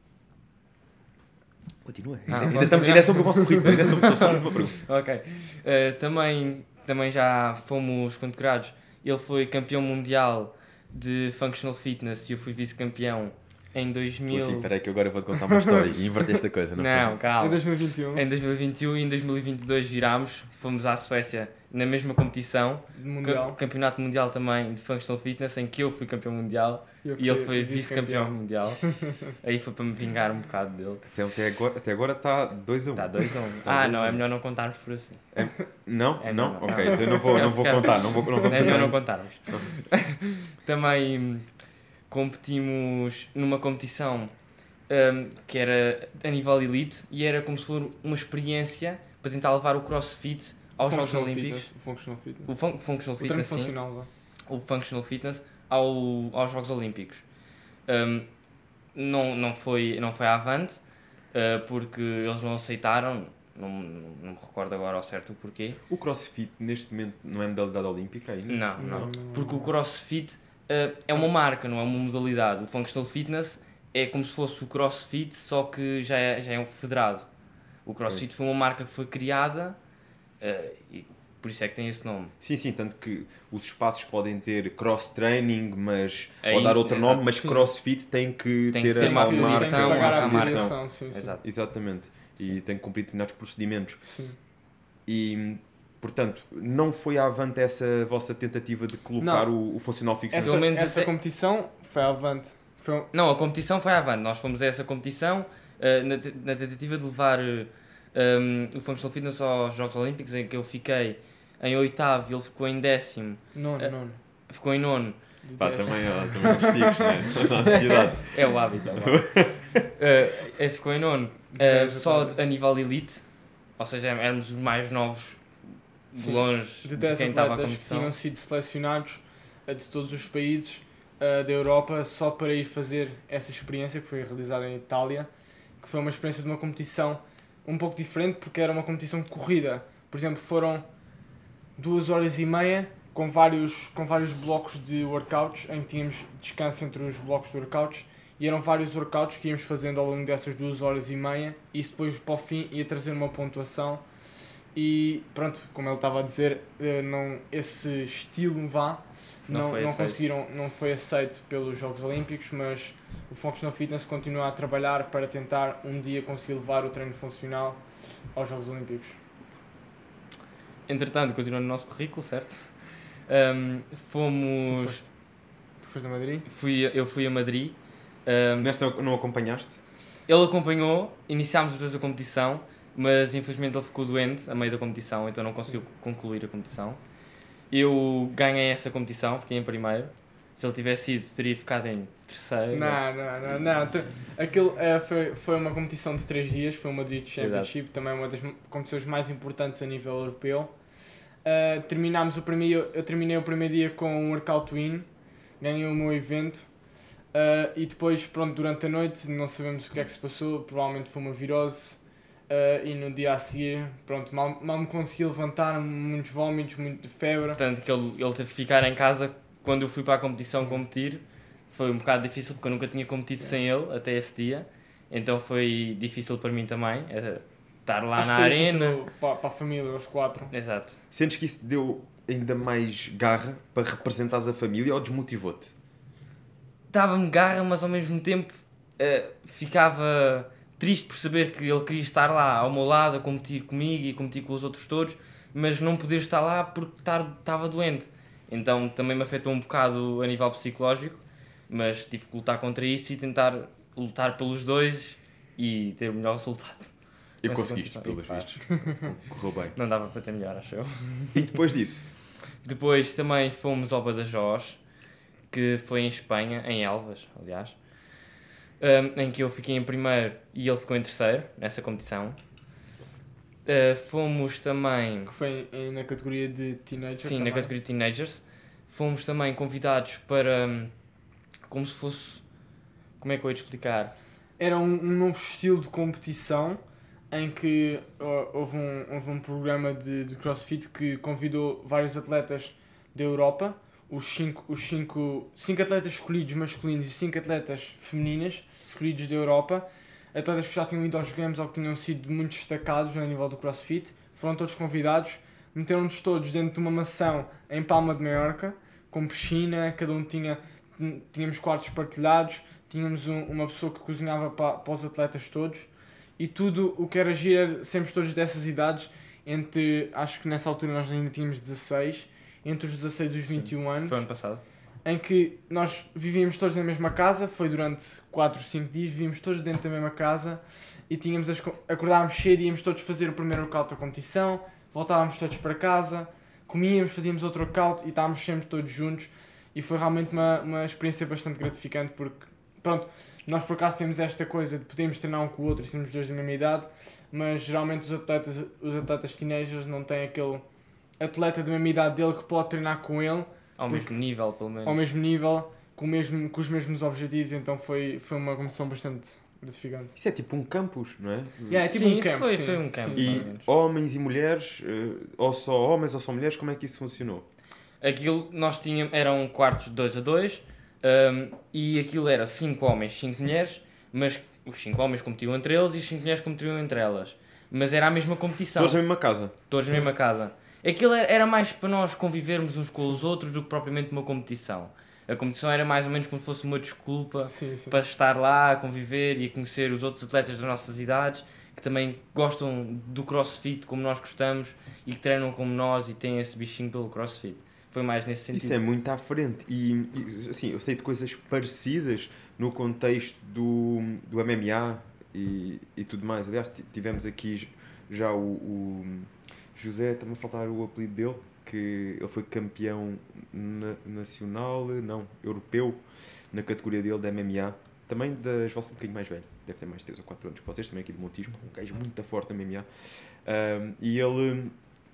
Continua. Ainda é sobre o vosso currículo, ainda é sobre só fiz uma pergunta. Ok. Também já fomos condecorados. Ele foi campeão mundial de Functional Fitness e eu fui vice-campeão em 2000... Sim, espera aí que agora eu vou-te contar uma história e inverteste a coisa, não Não, calma. Em 2021. Em 2021 e em 2022 virámos, fomos à Suécia na mesma competição, campeonato mundial também de Functional Fitness, em que eu fui campeão mundial e ele foi vice-campeão mundial. Aí foi para me vingar um bocado dele. Então, até agora está 2-1. Está 2-1. Não, é melhor não contarmos por assim. Não? Não? Ok, então eu não vou contar. Não vamos é melhor não contarmos. Também competimos numa competição que era a nível elite e era como se fosse uma experiência para tentar levar o CrossFit aos Jogos Olímpicos. O Functional Fitness. O Functional Fitness, sim. Funcional, O Functional Fitness aos Jogos Olímpicos. Não foi avante, porque eles não aceitaram, não me recordo agora ao certo o porquê. O CrossFit neste momento não é modalidade olímpica ainda? Não. Porque o CrossFit é uma marca, não é uma modalidade. O Functional Fitness é como se fosse o CrossFit, só que já é um federado. O CrossFit foi uma marca que foi criada e por isso é que tem esse nome. Sim, tanto que os espaços podem ter cross-training, mas ou dar outro nome, mas CrossFit tem que ter uma afiliação. Tem que pagar a afiliação, sim. Exatamente. E tem que cumprir determinados procedimentos. Sim. E, portanto, não foi avante essa vossa tentativa de colocar o Funcional Fitness? Essa competição foi avante. Não, a competição foi avante. Nós fomos a essa competição na tentativa de levar o Functional Fitness aos Jogos Olímpicos, em que eu fiquei em 8º e ele ficou em 10º. Nono. Ficou em 9º. Também esticos, não é? É o hábito. Ele ficou em 9º. Só a nível elite, ou seja, éramos os mais novos de longe de quem estava à competição. Que tinham sido selecionados de todos os países da Europa só para ir fazer essa experiência que foi realizada em Itália, que foi uma experiência de uma competição um pouco diferente porque era uma competição de corrida. Por exemplo, foram 2h30 com vários blocos de workouts, em que tínhamos descanso entre os blocos de workouts, e eram vários workouts que íamos fazendo ao longo dessas 2h30, e isso depois para o fim ia trazer uma pontuação. E pronto, como ele estava a dizer, esse estilo não foi aceito pelos Jogos Olímpicos, mas o Functional Fitness continua a trabalhar para tentar um dia conseguir levar o treino funcional aos Jogos Olímpicos. Entretanto, continuando no nosso currículo, certo? Fomos... Tu foste a Madrid? Eu fui a Madrid. Nesta não acompanhaste? Ele acompanhou, iniciámos os dois a competição, mas infelizmente ele ficou doente a meio da competição, então não conseguiu concluir a competição. Eu ganhei essa competição, fiquei em primeiro. Se ele tivesse ido, teria ficado em terceiro. Não. Aquilo foi uma competição de 3 dias, foi o Madrid Championship, exato. Também uma das competições mais importantes a nível europeu. Eu terminei o primeiro dia com um workout win, ganhei o meu evento. E depois, pronto, durante a noite, não sabemos o que é que se passou, provavelmente foi uma virose. E no dia a seguir, pronto, mal me consegui levantar, muitos vómitos, muita febre. Tanto que ele teve que ficar em casa quando eu fui para a competição competir. Foi um bocado difícil porque eu nunca tinha competido sem ele até esse dia. Então foi difícil para mim também estar lá na arena. Para a família, os 4. Exato. Sentes que isso deu ainda mais garra para representares a família ou desmotivou-te? Dava-me garra, mas ao mesmo tempo ficava triste por saber que ele queria estar lá ao meu lado a competir comigo e a competir com os outros todos, mas não poder estar lá porque estava doente. Então também me afetou um bocado a nível psicológico, mas tive que lutar contra isso e tentar lutar pelos dois e ter o melhor resultado. E conseguiste, pelos vistos. Correu bem. Não dava para ter melhor, acho eu. E depois disso? Depois também fomos ao Badajoz, que foi em Espanha, em Elvas, aliás, em que eu fiquei em primeiro e ele ficou em terceiro, nessa competição. Fomos também... Que foi na categoria de Teenagers? Sim, também. Na categoria de Teenagers. Fomos também convidados para... Como se fosse... Como é que eu ia te explicar? Era um novo estilo de competição em que houve um programa de CrossFit que convidou vários atletas da Europa, os cinco atletas escolhidos masculinos e 5 atletas femininas escolhidos da Europa, atletas que já tinham ido aos Games ou que tinham sido muito destacados a nível do CrossFit, foram todos convidados, meteram-nos todos dentro de uma mansão em Palma de Mallorca, com piscina, cada um tínhamos quartos partilhados, tínhamos uma pessoa que cozinhava para os atletas todos, e tudo o que era giro, sempre todos dessas idades, acho que nessa altura nós ainda tínhamos 16, entre os 16 e os 21 anos. Foi ano passado. Em que nós vivíamos todos na mesma casa, foi durante 4 ou 5 dias, vivíamos todos dentro da mesma casa e acordávamos cedo e íamos todos fazer o primeiro workout da competição, voltávamos todos para casa, comíamos, fazíamos outro workout e estávamos sempre todos juntos e foi realmente uma experiência bastante gratificante porque, pronto, nós por acaso temos esta coisa de podermos treinar um com o outro e sermos dois da mesma idade, mas geralmente os atletas teenagers não têm aquele atleta da mesma idade dele que pode treinar com ele. Ao mesmo nível, pelo menos. Ao mesmo nível, com os mesmos objetivos, então foi uma competição bastante gratificante. Isso é tipo um campus, não é? É tipo sim, um campo. Foi um campo. E homens e mulheres, ou só homens ou só mulheres, como é que isso funcionou? Aquilo, nós tínhamos, eram quartos de 2 a 2, e aquilo era 5 homens, 5 mulheres, mas os 5 homens competiam entre eles e as 5 mulheres competiam entre elas. Mas era a mesma competição. Todos na mesma casa? Todos na mesma casa. Aquilo era mais para nós convivermos uns com os outros do que propriamente uma competição. A competição era mais ou menos como se fosse uma desculpa para estar lá, a conviver e a conhecer os outros atletas das nossas idades que também gostam do CrossFit como nós gostamos e que treinam como nós e têm esse bichinho pelo CrossFit. Foi mais nesse sentido. Isso é muito à frente. E assim, eu sei de coisas parecidas no contexto do MMA e tudo mais. Aliás, tivemos aqui já o José, está-me a faltar o apelido dele, que ele foi campeão europeu, na categoria dele da MMA. Também das vossas, um bocadinho mais velho, deve ter mais de 3 ou 4 anos que vocês, também aqui de montismo, um gajo muito forte na MMA. E ele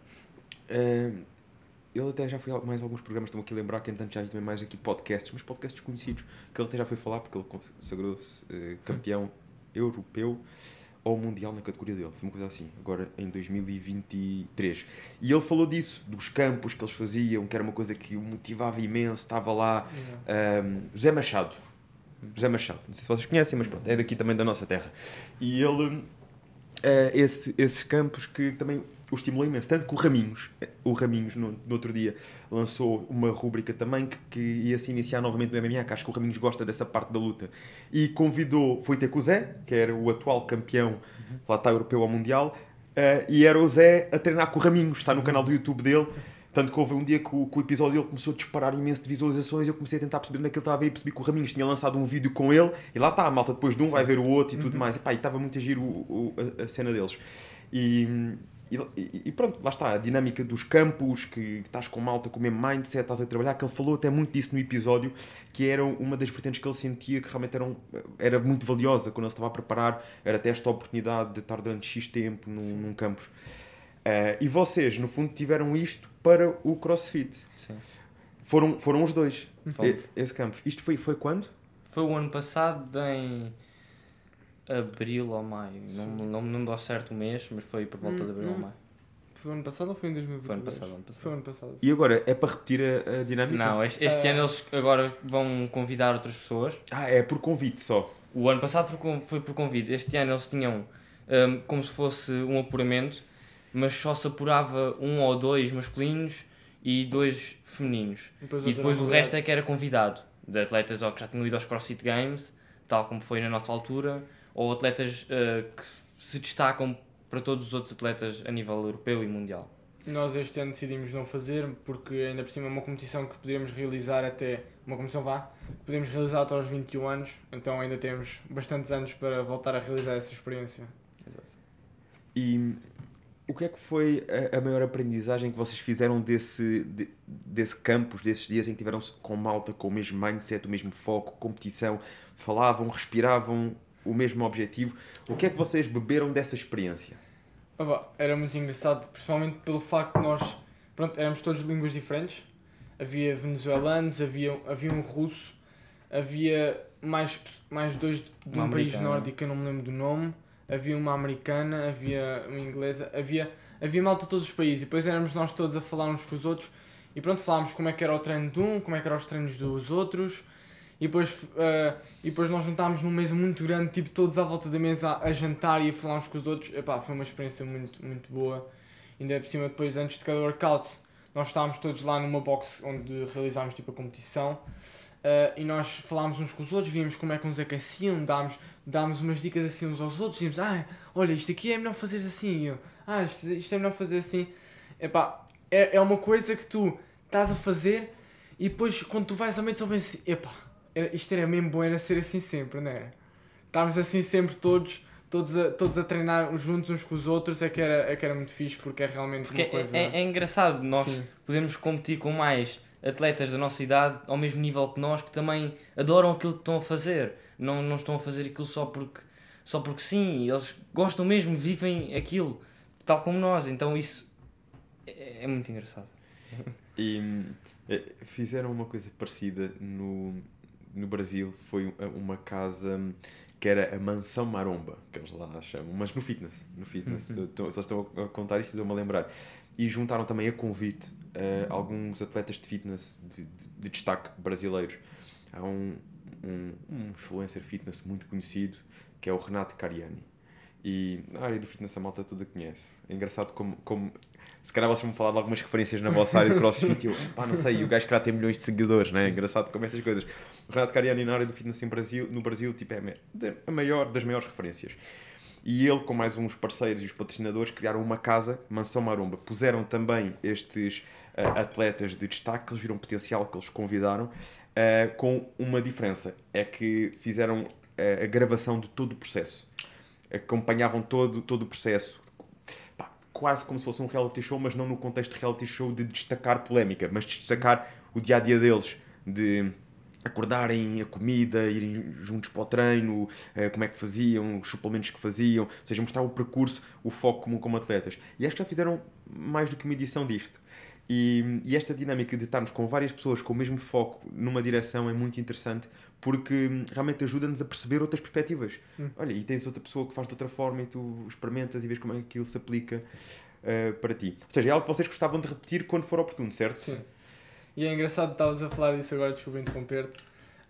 até já foi a mais alguns programas, estou aqui a lembrar que entanto já vi também mais aqui podcasts, mas podcasts conhecidos, que ele até já foi falar, porque ele consagrou-se campeão europeu ao mundial na categoria dele, foi uma coisa assim, agora em 2023. E ele falou disso, dos campos que eles faziam, que era uma coisa que o motivava imenso, estava lá. José Machado, não sei se vocês conhecem, mas pronto, é daqui também da nossa terra. E ele, esses campos que também o estimulou imenso, tanto que o Raminhos no outro dia lançou uma rúbrica também que ia se iniciar novamente no MMA, que acho que o Raminhos gosta dessa parte da luta, e convidou, foi ter com o Zé, que era o atual campeão lá está europeu ao mundial, e era o Zé a treinar com o Raminhos, está no canal do YouTube dele, tanto que houve um dia que o episódio dele começou a disparar imenso de visualizações e eu comecei a tentar perceber onde é que ele estava a ver e percebi que o Raminhos tinha lançado um vídeo com ele, e lá está, a malta depois de um vai ver o outro e tudo mais, e estava muito a giro a cena deles. E E pronto, lá está, a dinâmica dos campos, que estás com malta com o mesmo mindset, estás a trabalhar, que ele falou até muito disso no episódio, que era uma das vertentes que ele sentia que realmente era muito valiosa quando ele estava a preparar, era até esta oportunidade de estar durante X tempo num campus. E vocês, no fundo, tiveram isto para o CrossFit. Sim. Foram os dois, esse campus. Isto foi quando? Foi o ano passado, em abril ou maio. Não me lembro ao certo o mês, mas foi por volta de abril ou maio. Foi o ano passado ou foi em 2022? Foi ano passado. Foi o ano passado. E agora, é para repetir a dinâmica? Não, este ano eles agora vão convidar outras pessoas. É por convite só. O ano passado foi por convite. Este ano eles tinham como se fosse um apuramento, mas só se apurava 1 ou 2 masculinos e 2 femininos. E depois o resto é que era convidado. De atletas ou que já tinham ido aos CrossFit Games, tal como foi na nossa altura, ou atletas que se destacam para todos os outros atletas a nível europeu e mundial. Nós este ano decidimos não fazer, porque ainda por cima é uma competição que podíamos realizar até... Uma competição podemos realizar até aos 21 anos, então ainda temos bastantes anos para voltar a realizar essa experiência. Exato. E o que é que foi a maior aprendizagem que vocês fizeram desse campus, desses dias em que tiveram com malta, com o mesmo mindset, o mesmo foco, competição, falavam, respiravam o mesmo objetivo? O que é que vocês beberam dessa experiência? Era muito engraçado, principalmente pelo facto de nós éramos todos de línguas diferentes. Havia venezuelanos, havia um russo, havia mais 2 de um país nórdico que eu não me lembro do nome, havia uma americana, havia uma inglesa, havia malta de todos os países, e depois éramos nós todos a falar uns com os outros, e pronto, falámos como é que era o treino de um, como é que eram os treinos dos outros, e depois nós juntámos numa mesa muito grande, tipo todos à volta da mesa a jantar e a falar uns com os outros. Foi uma experiência muito, muito boa. Ainda por cima, depois, antes de cada workout, nós estávamos todos lá numa box onde realizámos tipo a competição, e nós falámos uns com os outros, víamos como é que uns aqueciam, dámos umas dicas assim uns aos outros, dizíamos, olha, isto aqui é melhor fazer assim, e eu, isto é melhor fazer assim. É uma coisa que tu estás a fazer e depois quando tu vais a mente só pensas assim, isto era mesmo bom, era ser assim sempre, não era? Estávamos assim sempre todos a treinar juntos uns com os outros, é que era muito fixe, porque é realmente uma coisa... É engraçado, nós podemos competir com mais atletas da nossa idade, ao mesmo nível que nós, que também adoram aquilo que estão a fazer. Não estão a fazer aquilo só porque sim, eles gostam mesmo, vivem aquilo, tal como nós, então isso é muito engraçado. E fizeram uma coisa parecida no Brasil, foi uma casa que era a Mansão Maromba, que eles lá chamam, mas no fitness. Só estou a contar isto e estou-me a lembrar. E juntaram também a convite alguns atletas de fitness de destaque brasileiros. Há um influencer fitness muito conhecido, que é o Renato Cariani. E na área do fitness a malta toda conhece. É engraçado como se calhar vocês vão falar de algumas referências na vossa área de CrossFit e eu, não sei, o gajo que já tem milhões de seguidores, né? É engraçado como essas coisas. O Renato Cariani na área do fitness no Brasil tipo, é a maior das maiores referências. E ele, com mais uns parceiros e os patrocinadores, criaram uma casa, Mansão Maromba. Puseram também estes atletas de destaque, que eles viram o potencial, que eles convidaram, com uma diferença. É que fizeram a gravação de todo o processo. Acompanhavam todo o processo. Quase como se fosse um reality show, mas não no contexto de reality show de destacar polémica, mas de destacar o dia-a-dia deles, de acordarem a comida, irem juntos para o treino, como é que faziam, os suplementos que faziam, ou seja, mostrar o percurso, o foco comum como atletas. E acho que já fizeram mais do que uma edição disto. E esta dinâmica de estarmos com várias pessoas com o mesmo foco numa direção é muito interessante, porque realmente ajuda-nos a perceber outras perspectivas. Olha, e tens outra pessoa que faz de outra forma e tu experimentas e vês como é que aquilo se aplica para ti. Ou seja, é algo que vocês gostavam de repetir quando for oportuno, certo? Sim. E é engraçado, estavas a falar disso agora, desculpa interromper-te.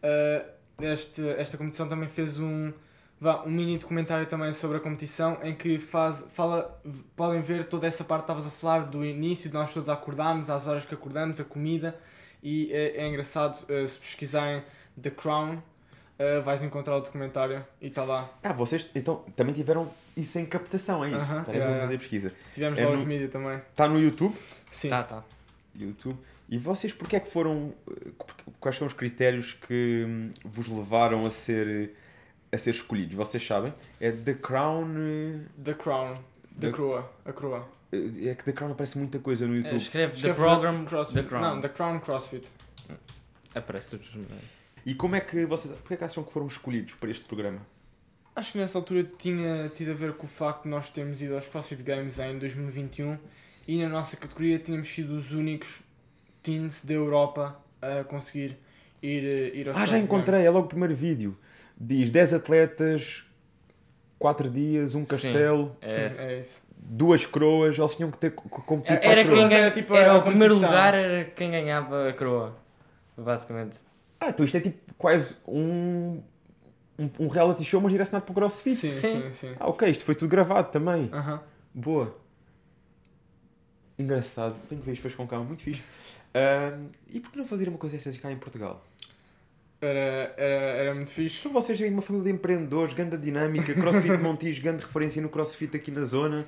Esta competição também fez um mini documentário também sobre a competição, em que podem ver toda essa parte que estavas a falar do início, de nós todos acordarmos, às horas que acordamos, a comida, e é engraçado, se pesquisarem The Crown, vais encontrar o documentário e está lá. Vocês então também tiveram isso em captação, é isso? Vamos fazer pesquisa. Tivemos lá os mídias também. Está no YouTube? Sim. Tá. YouTube. E vocês, porquê é que foram... Quais são os critérios que vos levaram a ser escolhidos? Vocês sabem? É The Crown... The Crown. The Crown. A Crown. É que The Crown aparece muita coisa no YouTube. Escreve The Program CrossFit. The Crown. Não, The Crown CrossFit. Aparece todos os melhores. E como é que vocês... Porquê é que acham que foram escolhidos para este programa? Acho que nessa altura tinha tido a ver com o facto de nós termos ido aos CrossFit Games em 2021 e na nossa categoria tínhamos sido os únicos teens da Europa a conseguir ir aos CrossFit Já encontrei, Games. é logo o primeiro vídeo. Diz 10 atletas, 4 dias, um castelo, Sim, é isso. 2 coroas, eles tinham que ter competido para Era as quem coroas. Era tipo era a o primeiro competição. lugar, era quem ganhava a coroa. Basicamente. Então isto é tipo quase um reality show, mas direcionado para o CrossFit. Sim. Ok, isto foi tudo gravado também. Aham. Boa. Engraçado. Tenho que ver isto depois com calma. Muito fixe. E por que não fazer uma coisa destas cá em Portugal? Era muito fixe. Então vocês têm uma família de empreendedores, grande dinâmica, CrossFit Montijo, grande referência no CrossFit aqui na zona.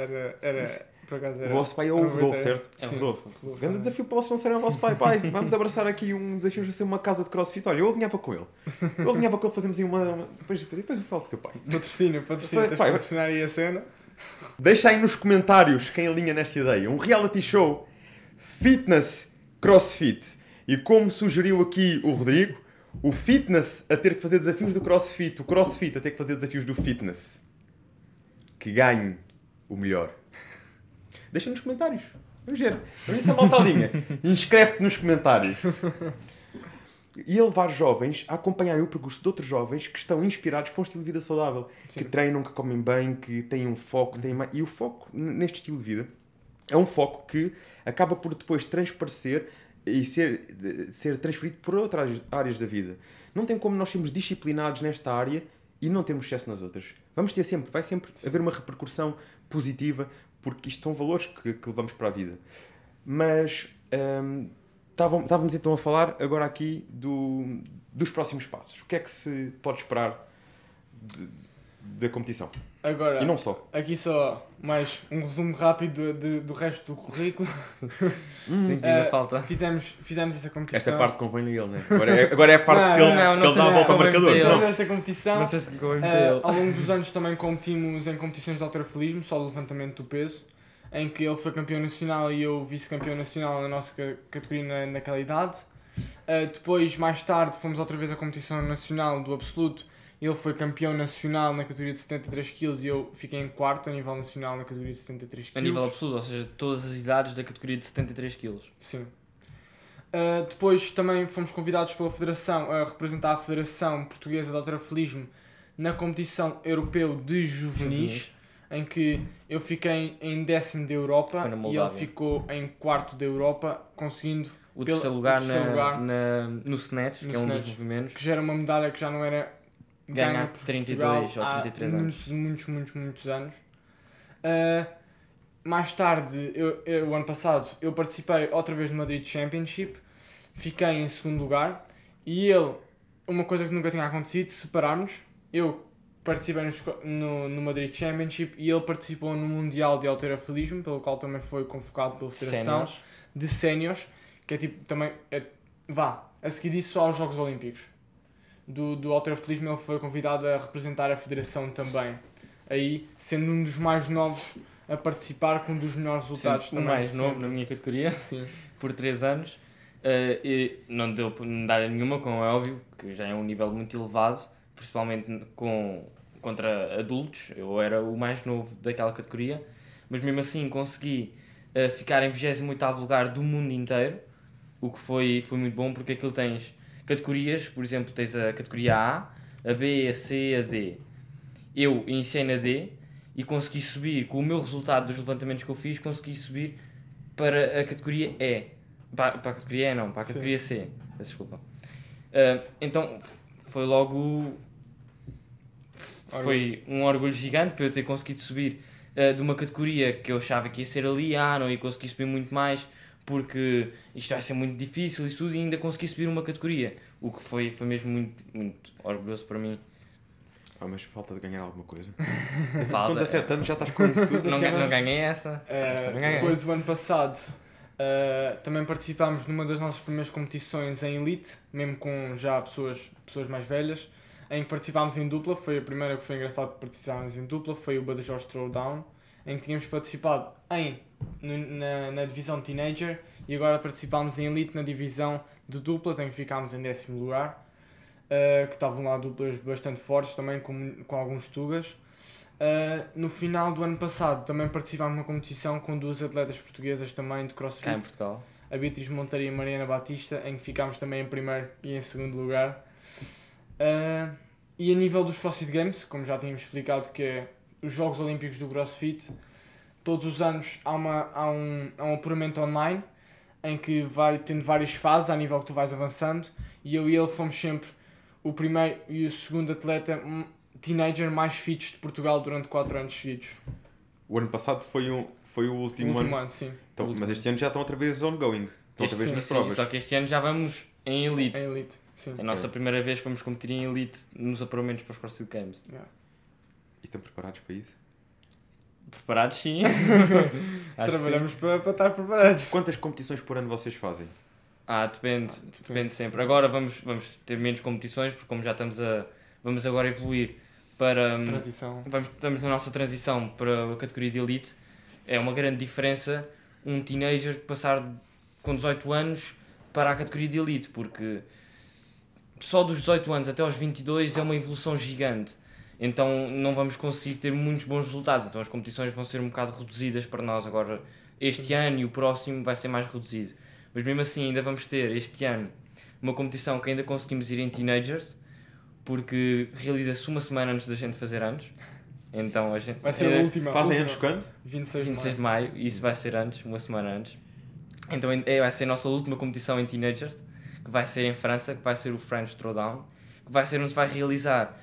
Por acaso O era. vosso pai é o era Rodolfo, muito- certo? É o Sim, Rodolfo. Grande desafio para vocês não serem o vosso pai. Pai, vamos abraçar aqui um desafio de ser uma casa de CrossFit. Olha, eu alinhava com ele. Fazemos aí uma... Depois eu falo com o teu pai. Patrocínio. Tens de Pai, patrocinar aí a cena. Deixa aí nos comentários quem alinha nesta ideia. Um reality show fitness CrossFit. E como sugeriu aqui o Rodrigo, o fitness a ter que fazer desafios do CrossFit, o CrossFit a ter que fazer desafios do fitness. Que ganhe o melhor. Deixa nos comentários. Vamos ver. Vamos ver se a malta alinha. Inscreve-te nos comentários. E a levar jovens a acompanharem o percurso de outros jovens que estão inspirados para um estilo de vida saudável. Sim. Que treinam, que comem bem, que têm um foco. E o foco neste estilo de vida é um foco que acaba por depois transparecer e ser transferido por outras áreas da vida. Não tem como nós sermos disciplinados nesta área e não termos sucesso nas outras. Vai sempre haver uma repercussão positiva, porque isto são valores que levamos para a vida. Mas estávamos então a falar agora aqui dos próximos passos. O que é que se pode esperar da competição? Agora, E não só. aqui só mais um resumo rápido do resto do currículo. Sim, que ainda falta. Fizemos essa competição. Esta parte convém a ele, né? Agora é a parte Não, que ele, não que ele sei dá a se volta ao convém marcador. meter ele. Não. Fizemos esta competição. Não sei se lhe convém meter ele. Ao longo dos anos também competimos em competições de halterofilismo, só de levantamento do peso, em que ele foi campeão nacional e eu vice-campeão nacional na nossa categoria naquela idade. Depois, mais tarde, fomos outra vez à competição nacional do absoluto. Ele foi campeão nacional na categoria de 73 kg e eu fiquei em quarto a nível nacional na categoria de 73 kg. A nível absoluto, ou seja, todas as idades da categoria de 73 kg. Sim. Depois também fomos convidados pela Federação a representar a Federação Portuguesa de Halterofilismo na competição europeu de juvenis, em que eu fiquei em 10º da Europa Foi na e ele Moldávia. ficou em 4º da Europa, conseguindo O terceiro lugar, lugar no Snatch, No que é um dos Snatch. movimentos. que já era uma medalha que já não era Ganha ganha há por 32 Portugal ou 33 há anos. muitos anos. Mais tarde, o ano passado, eu participei outra vez no Madrid Championship, fiquei em 2º lugar e ele, uma coisa que nunca tinha acontecido, separámos. Eu participei no Madrid Championship e ele participou no Mundial de Halterofilismo, pelo qual também foi convocado pela Federação Séniores. de Séniores, que é tipo também, a seguir disso só aos Jogos Olímpicos. Do halterofilismo ele foi convidado a representar a Federação também, aí sendo um dos mais novos a participar com um dos melhores resultados Sim, o também. mais novo sempre. na minha categoria, Sim. por 3 anos. E não deu medalha nenhuma, como é óbvio, que já é um nível muito elevado, principalmente contra adultos. Eu era o mais novo daquela categoria, mas mesmo assim consegui ficar em 28º lugar do mundo inteiro, o que foi muito bom, porque aquilo tens categorias, por exemplo, tens a categoria A B, a C, a D. Eu iniciei na D e consegui subir, com o meu resultado dos levantamentos que eu fiz, consegui subir para a categoria E. Para a categoria E não, para a categoria C. Peço desculpa. Então foi logo... Foi um orgulho gigante para eu ter conseguido subir de uma categoria que eu achava que ia ser ali, não ia conseguir subir muito mais, porque isto vai ser muito difícil e tudo, e ainda consegui subir uma categoria, o que foi mesmo muito orgulhoso para mim. Mas falta de ganhar alguma coisa. Falta- Com 17 anos já estás com isso tudo. não ganhei essa. Não ganhei. Depois, o ano passado, também participámos numa das nossas primeiras competições em Elite, mesmo com já pessoas mais velhas, em que participámos em dupla. Foi a primeira que foi engraçado que participámos em dupla, foi o Badajoz Throwdown, em que tínhamos participado na divisão Teenager e agora participámos em Elite na divisão de duplas, em que ficámos em 10º lugar, que estavam lá duplas bastante fortes também, com alguns tugas. No final do ano passado também participámos numa competição com 2 atletas portuguesas também de CrossFit. Cá em Portugal. A Beatriz Monteiro e a Mariana Batista, em que ficámos também em primeiro e em segundo lugar. E a nível dos CrossFit Games, como já tínhamos explicado, que é os Jogos Olímpicos do CrossFit, todos os anos há um apuramento online, em que vai tendo várias fases à nível que tu vais avançando, e eu e ele fomos sempre o primeiro e o segundo atleta teenager mais fit de Portugal durante 4 anos seguidos. O ano passado foi o último ano? Sim. Então, mas este ano já estão outra vez ongoing. Estão outra vez nas provas. Só que este ano já vamos em Elite. Em Elite, sim. É a nossa primeira vez que vamos competir em Elite nos apuramentos para os CrossFit Games. Yeah. E estão preparados para isso? Preparados, sim. Trabalhamos para estar preparados. Quantas competições por ano vocês fazem? Depende sempre. Sim. Agora vamos ter menos competições, porque como já vamos agora evoluir para... Transição. Estamos na nossa transição para a categoria de Elite. É uma grande diferença um teenager passar com 18 anos para a categoria de Elite, porque só dos 18 anos até aos 22 é uma evolução gigante. Então não vamos conseguir ter muitos bons resultados. Então as competições vão ser um bocado reduzidas para nós agora. Este ano e o próximo vai ser mais reduzido. Mas mesmo assim ainda vamos ter este ano uma competição que ainda conseguimos ir em Teenagers, porque realiza-se uma semana antes da gente fazer anos. Então a gente vai ser a última. Fazem anos quando? 26 de maio. E isso vai ser antes, uma semana antes. Então vai ser a nossa última competição em Teenagers, que vai ser em França, que vai ser o French Throwdown, que vai ser onde se vai realizar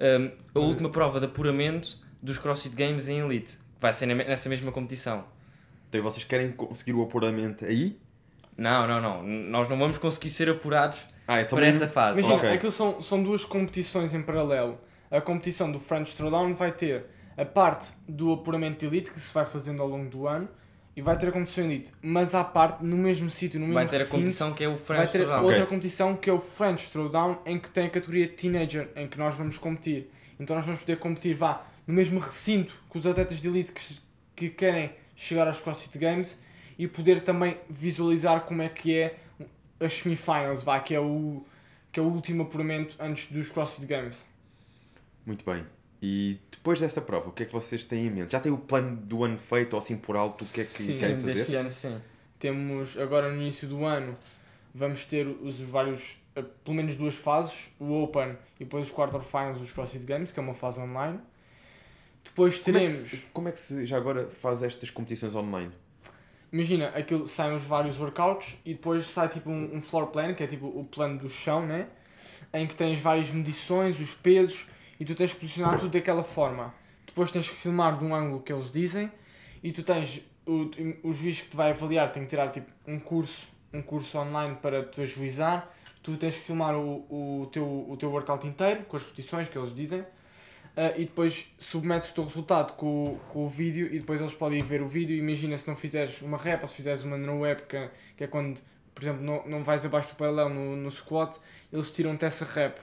a última prova de apuramento dos CrossFit Games em Elite, que vai ser nessa mesma competição. Então vocês querem conseguir o apuramento aí? Não. Nós não vamos conseguir ser apurados para essa fase. Imagina, aquilo são 2 competições em paralelo. A competição do French Throwdown vai ter a parte do apuramento de Elite, que se vai fazendo ao longo do ano, e vai ter a competição Elite. Mas à parte, no mesmo sítio, no mesmo recinto... Vai ter a competição que é o French Throwdown. Vai ter outra competição que é o French Throwdown, em que tem a categoria Teenager, em que nós vamos competir. Então nós vamos poder competir, no mesmo recinto que os atletas de Elite que querem chegar aos CrossFit Games, e poder também visualizar como é que é as semifinals, que é o último apuramento antes dos CrossFit Games. Muito bem. E depois dessa prova, o que é que vocês têm em mente? Já têm o plano do ano feito, ou assim por alto, o que é que querem fazer? Deste ano, sim. Temos, agora no início do ano, vamos ter os vários, pelo menos 2 fases, o Open e depois os Quarterfinals dos CrossFit Games, que é uma fase online. Depois teremos... Como é que se já agora faz estas competições online? Imagina, aquilo saem os vários workouts e depois sai tipo um floor plan, que é tipo o plano do chão, né? Em que tens várias medições, os pesos, e tu tens que posicionar tudo daquela forma. Depois tens que filmar de um ângulo que eles dizem, e tu tens o juiz que te vai avaliar, tem que tirar tipo um curso online para te ajuizar. Tu tens que filmar o teu workout inteiro, com as repetições que eles dizem, e depois submetes o teu resultado com o vídeo, e depois eles podem ver o vídeo. Imagina, se não fizeres uma rep, ou se fizeres uma no web, que é quando, por exemplo, não vais abaixo do paralelo no squat, eles tiram-te essa rep.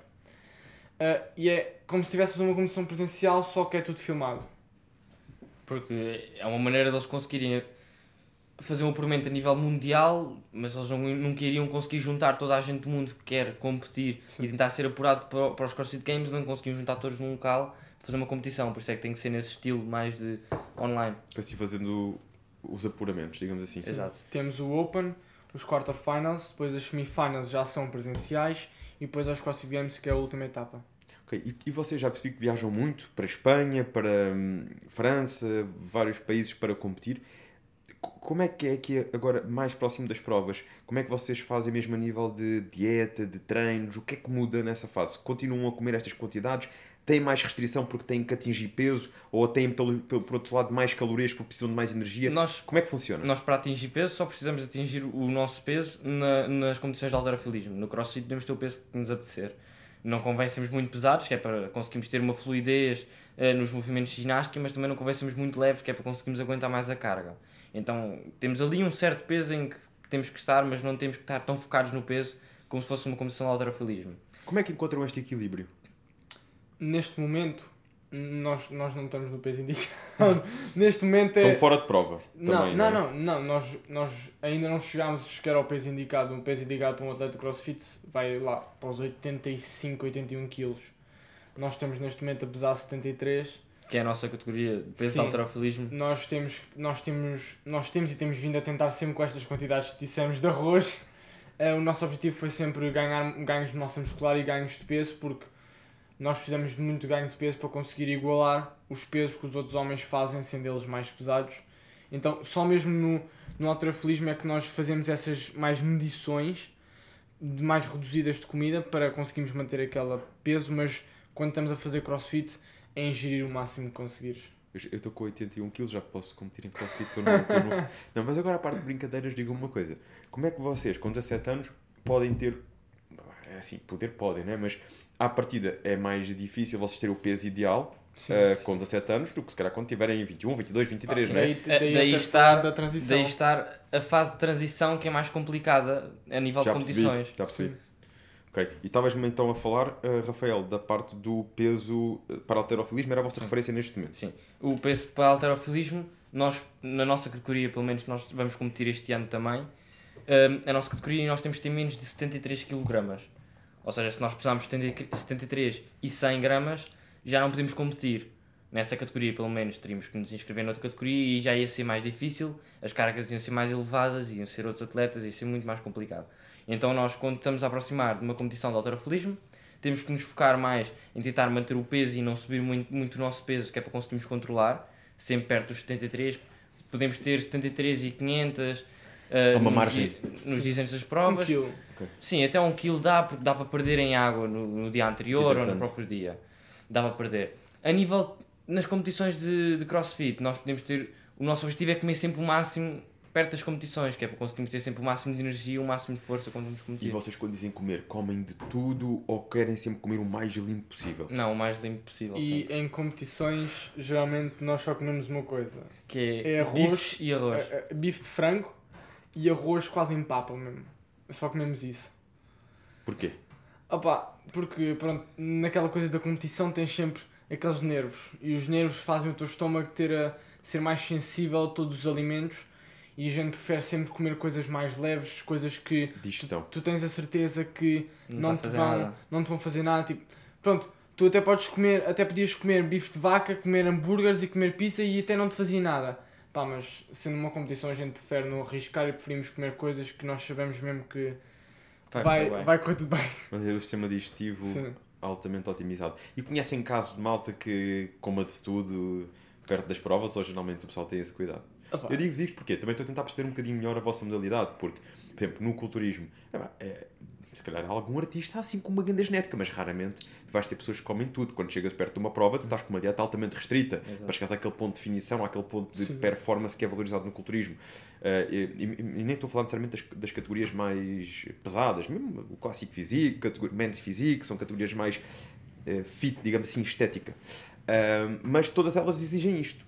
E é como se estivesse a fazer uma competição presencial, só que é tudo filmado. Porque é uma maneira deles conseguirem fazer um apuramento a nível mundial, mas eles nunca iriam conseguir juntar toda a gente do mundo que quer competir. Sim. E tentar ser apurado para os CrossFit Games, não conseguiam juntar todos num local para fazer uma competição. Por isso é que tem que ser nesse estilo mais de online. Para assim fazendo os apuramentos, digamos assim. Sim. Exato. Temos o Open, os Quarterfinals, depois as Semifinals já são presenciais, e depois aos CrossFit Games, que é a última etapa. Ok, e vocês já percebi que viajam muito para a Espanha, para França, vários países para competir. Como é que é aqui agora, mais próximo das provas? Como é que vocês fazem mesmo a nível de dieta, de treinos? O que é que muda nessa fase? Continuam a comer estas quantidades? Têm mais restrição porque têm que atingir peso? Ou têm, por outro lado, mais calorias porque precisam de mais energia? Como é que funciona? Nós, para atingir peso, só precisamos atingir o nosso peso nas competições de halterofilismo. No CrossFit podemos ter o peso que nos apetecer. Não convém sermos muito pesados, que é para conseguirmos ter uma fluidez nos movimentos de ginástica, mas também não convém sermos muito leves, que é para conseguirmos aguentar mais a carga. Então temos ali um certo peso em que temos que estar, mas não temos que estar tão focados no peso como se fosse uma competição de halterofilismo. Como é que encontram este equilíbrio? Neste momento Nós não estamos no peso indicado. Neste momento Estão fora de prova. Não, também, não. Nós ainda não chegámos sequer ao peso indicado. O peso indicado para um atleta de CrossFit vai lá para os 85, 81 kg. Nós estamos neste momento a pesar 73. Que é a nossa categoria de peso de halterofilismo. Nós temos e temos vindo a tentar sempre com estas quantidades que dissemos de arroz. O nosso objetivo foi sempre ganhar ganhos de massa muscular e ganhos de peso, porque nós precisamos de muito ganho de peso para conseguir igualar os pesos que os outros homens fazem, sendo eles mais pesados. Então, só mesmo no halterofilismo é que nós fazemos essas mais medições de mais reduzidas de comida para conseguirmos manter aquele peso, mas quando estamos a fazer CrossFit é ingerir o máximo que conseguires. Eu estou com 81 kg, já posso competir em CrossFit. Não, mas agora a parte de brincadeiras, diga uma coisa. Como é que vocês, com 17 anos, podem ter... É assim, poder podem, não é? Mas à partida é mais difícil vocês terem o peso ideal com 17 anos do que se calhar quando tiverem 21, 22, 23, não é? Daí está a fase de transição que é mais complicada a nível de competições. Já percebi. Ok. E estavas-me então a falar, Rafael, da parte do peso para halterofilismo, era a vossa referência neste momento? Sim. O peso para halterofilismo, nós, na nossa categoria, pelo menos nós vamos competir este ano também, a nossa categoria nós temos de ter menos de 73 kg. Ou seja, se nós pesarmos 73 e 100 gramas, já não podemos competir. Nessa categoria, pelo menos, teríamos que nos inscrever noutra categoria e já ia ser mais difícil, as cargas iam ser mais elevadas, iam ser outros atletas, ia ser muito mais complicado. Então nós, quando estamos a aproximar de uma competição de halterofilismo, temos que nos focar mais em tentar manter o peso e não subir muito o nosso peso, que é para conseguirmos controlar, sempre perto dos 73. Podemos ter 73 e 500 uma margem nos dias antes das provas. 1 kg. Okay. Sim, até 1 kg dá, porque dá para perder em água no dia anterior ou no próprio dia. Dá para perder. A nível, nas competições de CrossFit, nós podemos ter... O nosso objetivo é comer sempre o máximo perto das competições, que é para conseguirmos ter sempre o máximo de energia, o máximo de força quando vamos competir. E vocês, quando dizem comer, comem de tudo ou querem sempre comer o mais limpo possível? Não, o mais limpo possível. E sempre. Em competições, geralmente nós só comemos uma coisa. Que é arroz e arroz. Bife de frango e arroz quase em papa mesmo. Só comemos isso. Porquê? Porque pronto, naquela coisa da competição tens sempre aqueles nervos. E os nervos fazem o teu estômago ser mais sensível a todos os alimentos. E a gente prefere sempre comer coisas mais leves, coisas que tu tens a certeza que não te vão fazer nada. Tipo, pronto, tu até podias comer bife de vaca, comer hambúrgueres e comer pizza e até não te fazia nada. Mas sendo uma competição a gente prefere não arriscar e preferimos comer coisas que nós sabemos mesmo que vai correr tudo bem. Manter o sistema digestivo altamente otimizado. E conhecem casos de malta que coma de tudo perto das provas ou geralmente o pessoal tem esse cuidado? Eu digo-vos isto porque também estou a tentar perceber um bocadinho melhor a vossa modalidade, porque, por exemplo, no culturismo, se calhar há algum artista assim com uma grande genética, mas raramente vais ter pessoas que comem tudo. Quando chegas perto de uma prova, tu estás com uma dieta altamente restrita. Exato. Para chegar àquele ponto de definição, àquele ponto de performance que é valorizado no culturismo. E nem estou a falar necessariamente das categorias mais pesadas, mesmo o clássico físico, men's físico, são categorias mais fit, digamos assim, estética. Mas todas elas exigem isto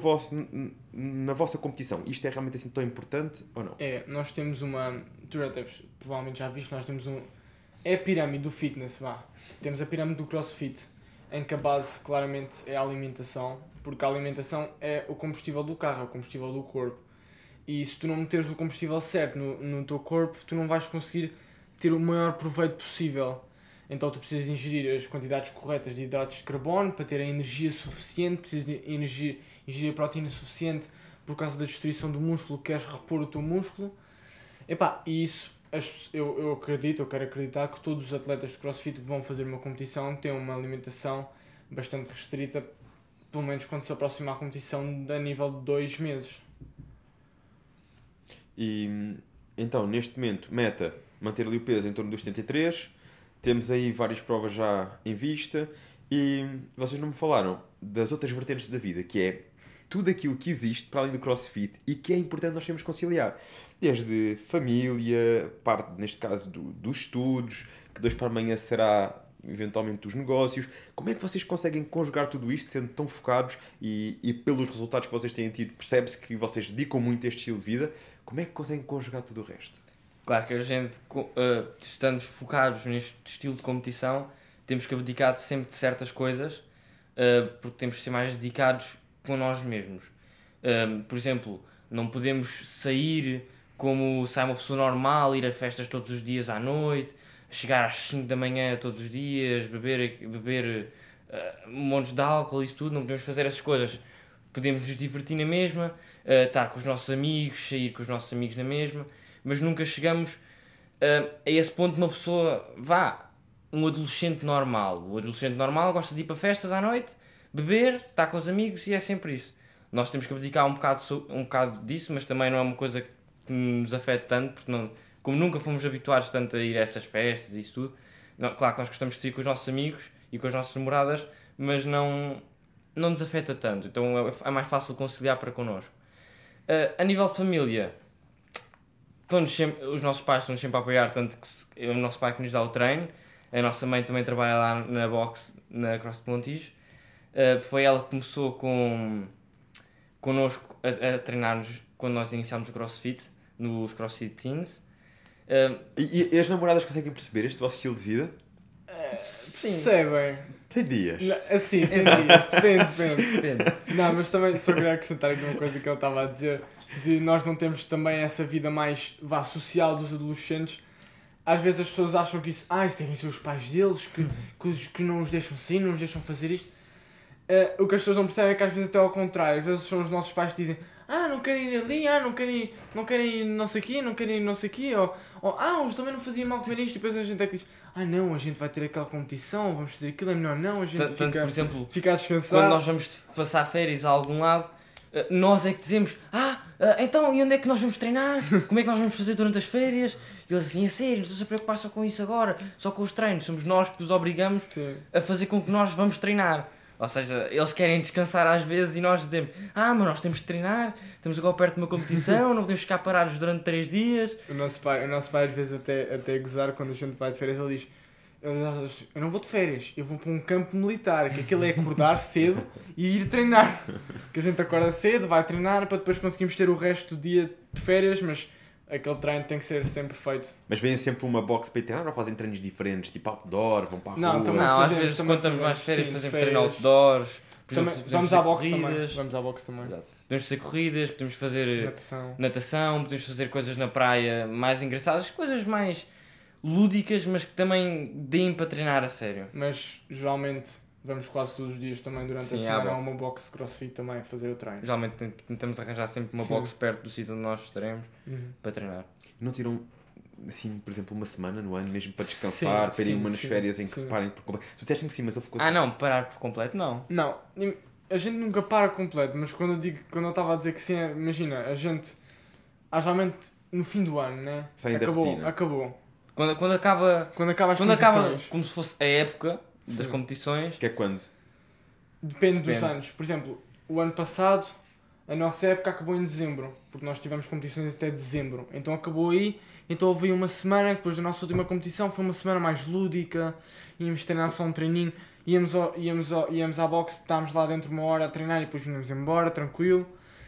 na vossa competição. Isto é realmente assim tão importante ou não? Nós temos tu provavelmente já viste, nós temos é a pirâmide do fitness, temos a pirâmide do CrossFit, em que a base claramente é a alimentação, porque a alimentação é o combustível do carro, é o combustível do corpo, e se tu não meteres o combustível certo no teu corpo, tu não vais conseguir ter o maior proveito possível. Então tu precisas de ingerir as quantidades corretas de hidratos de carbono para ter a energia suficiente, precisas de ingerir a proteína suficiente por causa da destruição do músculo, queres repor o teu músculo. E isso, eu quero acreditar que todos os atletas de CrossFit que vão fazer uma competição têm uma alimentação bastante restrita, pelo menos quando se aproxima a competição a nível de 2 meses. E então, neste momento, meta, manter ali o peso em torno dos 73. Temos aí várias provas já em vista e vocês não me falaram das outras vertentes da vida, que é tudo aquilo que existe para além do CrossFit e que é importante nós termos conciliar. Desde família, parte, neste caso, dos estudos, que de hoje para amanhã será, eventualmente, os negócios. Como é que vocês conseguem conjugar tudo isto, sendo tão focados e pelos resultados que vocês têm tido, percebe-se que vocês dedicam muito a este estilo de vida. Como é que conseguem conjugar tudo o resto? Claro que a gente, estando focados neste estilo de competição, temos que abdicar sempre de certas coisas, porque temos de ser mais dedicados com nós mesmos. Por exemplo, não podemos sair como sai uma pessoa normal, ir a festas todos os dias à noite, chegar às 5 da manhã todos os dias, beber montes de álcool, isso tudo. Não podemos fazer essas coisas. Podemos nos divertir na mesma, estar com os nossos amigos, sair com os nossos amigos na mesma, mas nunca chegamos a esse ponto de uma pessoa, um adolescente normal. O adolescente normal gosta de ir para festas à noite, beber, estar com os amigos e é sempre isso. Nós temos que abdicar um bocado disso, mas também não é uma coisa que nos afeta tanto, porque como nunca fomos habituados tanto a ir a essas festas e isso tudo. Claro que nós gostamos de sair com os nossos amigos e com as nossas namoradas, mas não nos afeta tanto, então é mais fácil conciliar para connosco. A nível de família, os nossos pais estão-nos sempre a apoiar, tanto que é o nosso pai que nos dá o treino, a nossa mãe também trabalha lá na box, na CrossFit Montijo. Foi ela que começou connosco a treinar-nos quando nós iniciámos o CrossFit, nos CrossFit Teens. E as namoradas conseguem perceber este vosso estilo de vida? Percebem. Tem dias. Assim, tem dias. Depende. Não, mas também só queria acrescentar aqui uma coisa que ele estava a dizer, de nós não temos também essa vida mais social dos adolescentes. Às vezes as pessoas acham que isso devem ser os pais deles, que não os deixam sair, não os deixam fazer isto. O que as pessoas não percebem é que às vezes até ao contrário. Às vezes são os nossos pais que dizem não querem ir ali, não querem ir não sei o quê, ou eles também não faziam mal comer isto, e depois a gente é que diz não, a gente vai ter aquela competição, vamos fazer aquilo, é melhor não, a gente por exemplo, fica a descansar. Quando nós vamos passar férias a algum lado, nós é que dizemos então, e onde é que nós vamos treinar? Como é que nós vamos fazer durante as férias? E eles assim, a sério, não estás a preocupar só com isso agora, só com os treinos, somos nós que os obrigamos a fazer com que nós vamos treinar. Ou seja, eles querem descansar às vezes e nós dizemos mas nós temos de treinar, estamos agora perto de uma competição, não podemos ficar parados durante 3 dias. O nosso pai às vezes até gozar quando a gente vai de férias, ele diz eu não vou de férias, eu vou para um campo militar, que aquilo é acordar cedo e ir treinar. Que a gente acorda cedo, vai treinar para depois conseguirmos ter o resto do dia de férias, mas aquele treino tem que ser sempre feito. Mas vêm sempre uma box para ir treinar ou fazem treinos diferentes, tipo outdoor, vão para a rua? Não, às vezes quando estamos mais férias fazemos treino outdoors. Vamos à boxe também. Exato. Podemos fazer corridas, podemos fazer natação, podemos fazer coisas na praia mais engraçadas, coisas mais lúdicas, mas que também deem para treinar a sério. Mas geralmente vamos quase todos os dias também durante a semana a uma box de CrossFit também a fazer o treino. Geralmente tentamos arranjar sempre uma box perto do sítio onde nós estaremos para treinar. Não tiram, assim, por exemplo, uma semana no ano mesmo para descansar, para irem umas férias em que parem por completo? Tu disseste-me que sim, mas ele ficou assim. Não, parar por completo não. Não, a gente nunca para completo, mas quando eu estava a dizer que sim, imagina, a gente geralmente no fim do ano, né? Acabou. Quando acaba como se fosse a época das competições. Que é quando? Depende dos anos. Por exemplo, o ano passado, a nossa época acabou em dezembro, porque nós tivemos competições até dezembro. Então acabou aí, então houve uma semana, depois da nossa última competição, foi uma semana mais lúdica, íamos treinar só um treininho, íamos à boxe, estávamos lá dentro 1 hora a treinar e depois vinhamos embora, tranquilo.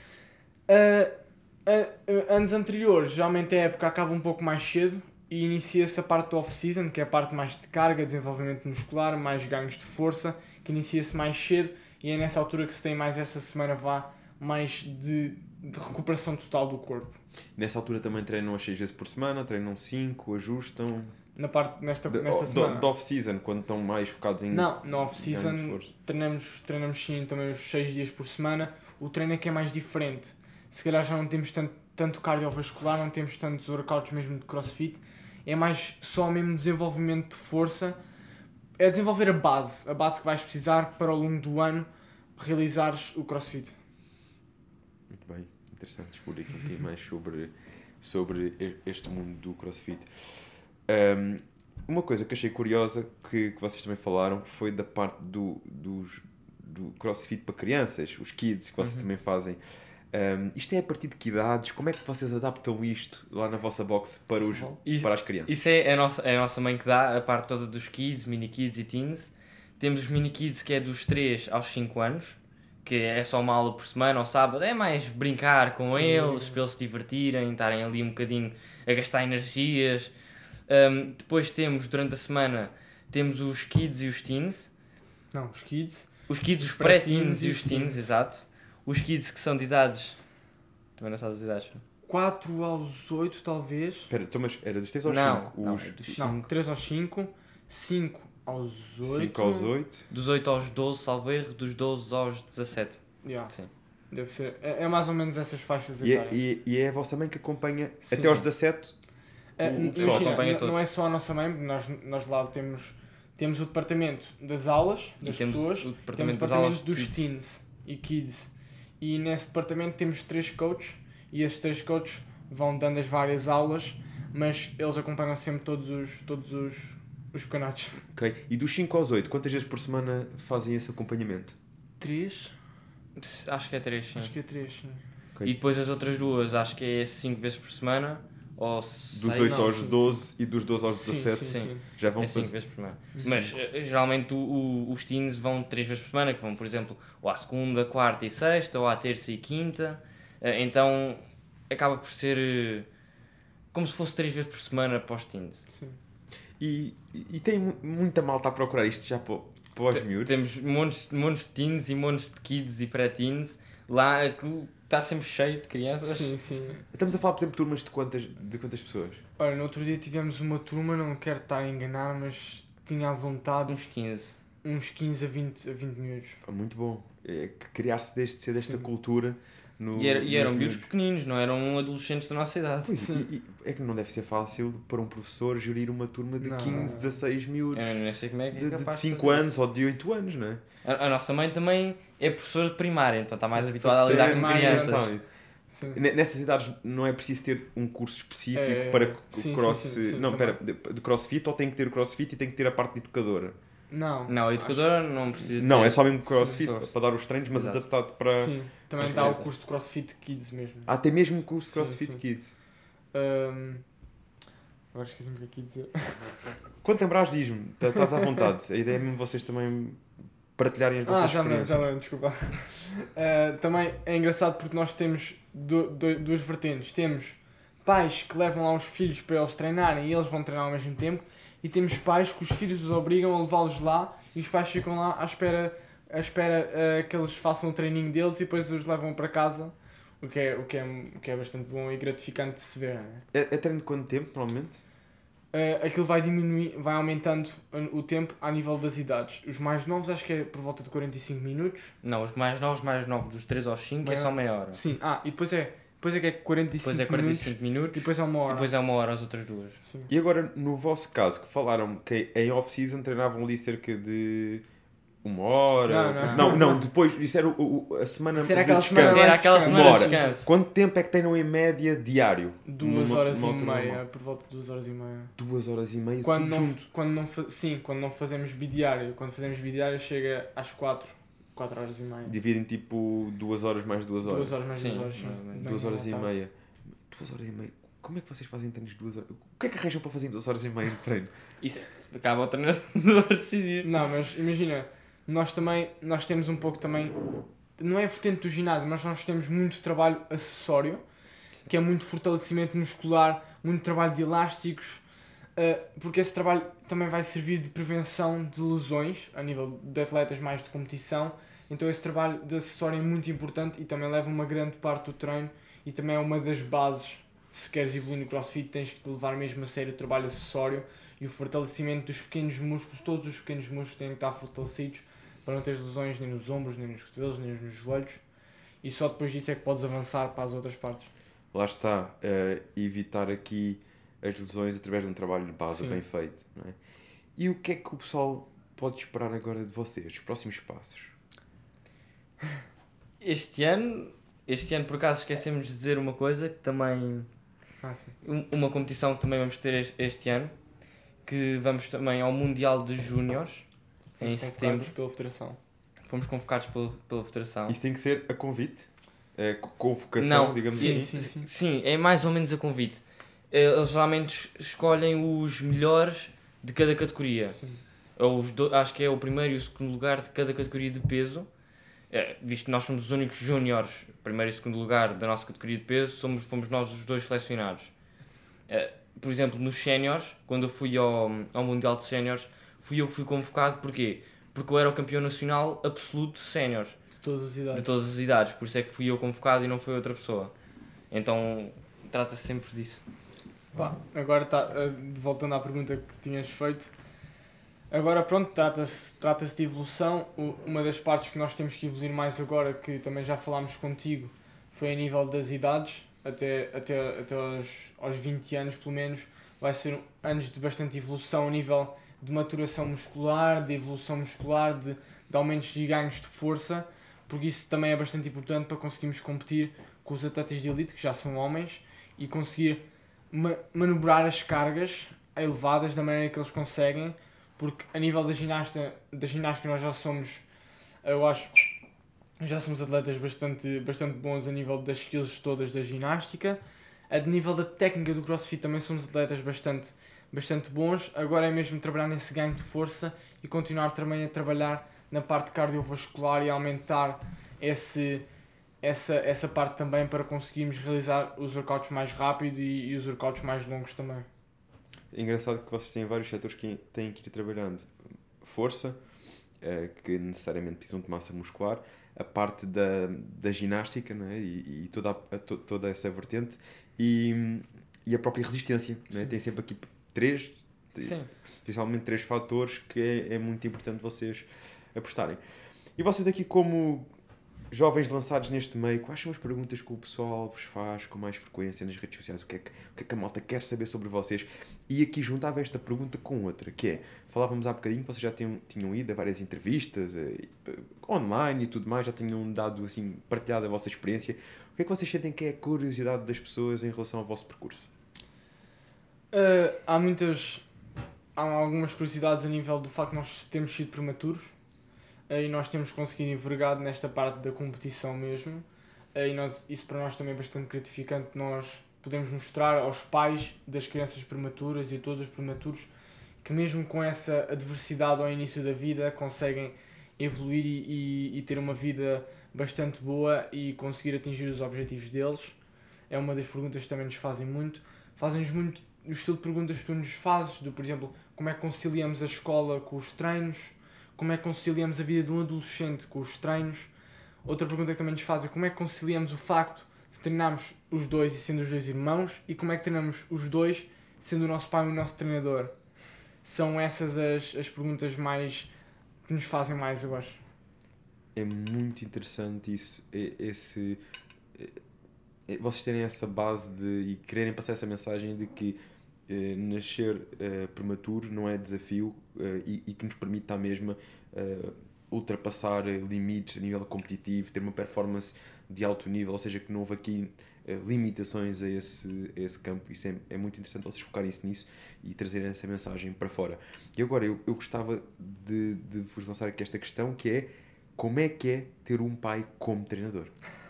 Anos anteriores, geralmente a época acaba um pouco mais cedo, e inicia-se a parte do off-season, que é a parte mais de carga, desenvolvimento muscular, mais ganhos de força, que inicia-se mais cedo e é nessa altura que se tem mais essa semana mais de recuperação total do corpo. Nessa altura também treinam as 6 vezes por semana, treinam 5, ajustam? Nesta semana. Do off-season, quando estão mais focados em... Não, no off-season treinamos sim também os 6 dias por semana. O treino é que é mais diferente. Se calhar já não temos tanto cardiovascular, não temos tantos workouts mesmo de CrossFit. É mais só mesmo desenvolvimento de força. É desenvolver a base que vais precisar para ao longo do ano realizares o CrossFit. Muito bem, interessante descobrir aqui um bocadinho mais sobre este mundo do CrossFit. Uma coisa que achei curiosa, que vocês também falaram, foi da parte do CrossFit para crianças, os kids, que vocês também fazem. Isto é a partir de que idades? Como é que vocês adaptam isto lá na vossa box para as crianças? Isso é a nossa mãe que dá, a parte toda dos kids, mini kids e teens. Temos os mini kids que é dos 3 aos 5 anos, que é só uma aula por semana ao sábado, é mais brincar com eles, para eles se divertirem, estarem ali um bocadinho a gastar energias. Depois temos, durante a semana, temos os kids e os teens. Não, os kids. Os kids, os pré-teens e os teens, exato. Os kids que são de idades... Também não sabes as idades? 4 aos 8, talvez. Espera, então, mas era dos 3 aos Não, 5? não, é dos 5. Não, 3 aos 5, 5 aos 8. 5 aos 8. Dos 8 aos 12, salvo erro, dos 12 aos 17. Yeah. Sim. Deve ser. É mais ou menos essas faixas E etárias. é a vossa mãe que acompanha Sim, até aos sim. 17? Imagina, pessoal acompanha todos. não é só a nossa mãe, nós lá temos o departamento das aulas, E das temos pessoas, o temos departamento o das departamento aulas dos kids. teens e kids. E nesse departamento temos 3 coaches e esses 3 coaches vão dando as várias aulas, mas eles acompanham sempre todos os pequenotes. Ok. E dos 5 aos 8, quantas vezes por semana fazem esse acompanhamento? 3? Acho que é 3, sim. Acho que é 3, sim. Ok. E depois as outras duas, acho que é 5 vezes por semana. Ou Dos 6, 8 não, aos sim, 12 e dos 12 aos 17 sim. já vão é 5 fazer. vezes por semana. Sim. Mas geralmente os teens vão 3 vezes por semana, que vão, por exemplo, ou à segunda, quarta e sexta, ou à terça e quinta. Então acaba por ser como se fosse 3 vezes por semana para os teens. Sim. E tem muita malta a procurar isto já para os miúdos? Temos montes de teens e montes de kids e pré-teens. Lá aquilo está sempre cheio de crianças. Sim, sim. Estamos a falar, por exemplo, turmas de quantas pessoas? Olha, no outro dia tivemos uma turma, não quero estar a enganar, mas tinha à vontade Uns 15. uns 15 a 20 miúdos. Muito bom. É que criar-se desde cedo esta Sim. cultura. E eram miúdos pequeninos, não eram adolescentes da nossa idade. Pois, Sim. é que não deve ser fácil para um professor gerir uma turma de Não. 15, 16 miúdos. Eu não sei como é que é De capaz 5 fazer anos ou de 8 anos, não é? A nossa mãe também é professora de primária, então está mais Sim, habituada a lidar com primária, crianças. sabe? Sim. Nessas idades não é preciso ter um curso específico É, para sim, cross... sim, não, também. espera, de crossfit, ou tem que ter o crossfit e tem que ter a parte de educadora? Não. Não, a educadora não precisa Não, ter. é só mesmo crossfit Sim, para dar os treinos, mas Exato. adaptado para... Sim, também Mas dá o beleza. curso de CrossFit Kids mesmo. Tem mesmo curso de Sim, crossfit sim. kids. Agora esqueci-me o que é que ia dizer. Quando lembrares, diz-me, estás à vontade. A ideia é mesmo vocês também partilharem as vossas Já experiências. não, desculpa. Também é engraçado porque nós temos duas vertentes. Temos pais que levam lá os filhos para eles treinarem e eles vão treinar ao mesmo tempo. E temos pais que os filhos os obrigam a levá-los lá e os pais ficam lá à espera que eles façam o treininho deles e depois os levam para casa. O que é bastante bom e gratificante de se ver. Não é? É treino de quanto tempo, normalmente? Aquilo vai aumentando o tempo a nível das idades. Os mais novos acho que é por volta de 45 minutos. Não, os mais novos, dos 3 aos 5, é só meia hora. Sim, e depois é que é 45 Depois é 45 minutos e depois é uma hora. e depois é uma hora as outras duas. Sim. E agora, no vosso caso, que falaram que em off-season treinavam ali cerca de 1 hora... Não, depois, isso era a semana Isso era de aquela descanso. semana Era aquela descanso. semana Uma de hora. descanso. Quanto tempo é que treinam em média diário? 2 horas numa e altura meia, normal? por volta de 2 horas e meia. 2 horas e meia, Quando tudo não, junto. quando não fazemos bidiário. Quando fazemos bidiário chega às 4 horas e meia. Dividem tipo 2 horas mais 2 horas. 2 horas mais Sim, 2 horas. mais ou menos. 2 horas e Bem montado. meia. 2 horas e meia. Como é que vocês fazem treinos de 2 horas? O que é que arranjam para fazer em 2 horas e meia de treino? Isso acaba o treinador a decidir. Não, mas imagina, nós temos um pouco também, não é vertente do ginásio, mas nós temos muito trabalho acessório, que é muito fortalecimento muscular, muito trabalho de elásticos, porque esse trabalho também vai servir de prevenção de lesões, a nível de atletas mais de competição, então esse trabalho de acessório é muito importante e também leva uma grande parte do treino e também é uma das bases. Se queres evoluir no CrossFit tens que levar mesmo a sério o trabalho acessório e o fortalecimento dos pequenos músculos, todos os pequenos músculos têm que estar fortalecidos para não teres lesões nem nos ombros, nem nos cotovelos, nem nos joelhos e só depois disso é que podes avançar para as outras partes. Lá está, evitar aqui as lesões através de um trabalho de base Sim. bem feito. Não é? E o que é que o pessoal pode esperar agora de vocês? Os próximos passos? Este ano por acaso esquecemos de dizer uma coisa que também... Sim. Uma competição que também vamos ter este ano, que vamos também ao Mundial de Júniores, em setembro. Pela Federação. Fomos convocados pela Federação. Isso tem que ser a convite? Convocação, Não, digamos sim, assim? Sim, é mais ou menos a convite. Eles geralmente escolhem os melhores de cada categoria. Sim. Acho que é o primeiro e o segundo lugar de cada categoria de peso. Visto que nós somos os únicos júniores, primeiro e segundo lugar da nossa categoria de peso, fomos nós os dois selecionados. Por exemplo, nos séniores, quando eu fui ao Mundial de Séniores, fui convocado, porquê? porque eu era o campeão nacional absoluto sénior. De todas as idades. De todas as idades, por isso é que fui eu convocado e não foi outra pessoa. Então, trata-se sempre disso. Pá, agora voltando à pergunta que tinhas feito, agora pronto, trata-se de evolução. Uma das partes que nós temos que evoluir mais agora, que também já falámos contigo, foi a nível das idades, até aos 20 anos pelo menos, vai ser anos de bastante evolução a nível de maturação muscular, de evolução muscular, de aumentos e ganhos de força, porque isso também é bastante importante para conseguirmos competir com os atletas de elite, que já são homens, e conseguir manobrar as cargas elevadas da maneira que eles conseguem, porque a nível da ginástica nós já somos, eu acho, já somos atletas bastante bons a nível das skills todas da ginástica. A nível da técnica do CrossFit também somos atletas bastante bons. Agora é mesmo trabalhar nesse ganho de força e continuar também a trabalhar na parte cardiovascular e aumentar essa parte também para conseguirmos realizar os workouts mais rápido e os workouts mais longos também. É engraçado que vocês têm vários setores que têm que ir trabalhando. Força, que necessariamente precisam de massa muscular, a parte da ginástica, não é? E toda essa vertente, e a própria resistência. Não é? Tem sempre aqui principalmente 3 fatores que é muito importante vocês apostarem. E vocês aqui, como jovens lançados neste meio, quais são as perguntas que o pessoal vos faz com mais frequência nas redes sociais? O que é que a malta quer saber sobre vocês? E aqui juntava esta pergunta com outra, que é, falávamos há bocadinho que vocês já tinham ido a várias entrevistas online e tudo mais, já tinham dado, assim, partilhado a vossa experiência. O que é que vocês sentem que é a curiosidade das pessoas em relação ao vosso percurso? Há algumas curiosidades a nível do facto de nós termos sido prematuros, e nós temos conseguido envergar nesta parte da competição mesmo, e isso para nós também é bastante gratificante. Nós podemos mostrar aos pais das crianças prematuras e todos os prematuros que mesmo com essa adversidade ao início da vida conseguem evoluir e ter uma vida bastante boa e conseguir atingir os objetivos deles. É uma das perguntas que também nos fazem muito. Fazem-nos muito o estilo de perguntas que tu nos fazes, por exemplo, como é que conciliamos a escola com os treinos, como é que conciliamos a vida de um adolescente com os treinos. Outra pergunta que também nos fazem é como é que conciliamos o facto de treinarmos os dois e sendo os dois irmãos, e como é que treinamos os dois sendo o nosso pai e o nosso treinador. São essas as perguntas mais que nos fazem mais, eu acho. É muito interessante isso, vocês terem essa base e quererem passar essa mensagem de que nascer prematuro não é desafio, e que nos permite à mesma ultrapassar limites a nível competitivo, ter uma performance de alto nível, ou seja, que não houve aqui limitações a esse campo. Isso é muito interessante vocês focarem-se nisso e trazerem essa mensagem para fora. E agora eu gostava de vos lançar aqui esta questão, que é: como é que é ter um pai como treinador?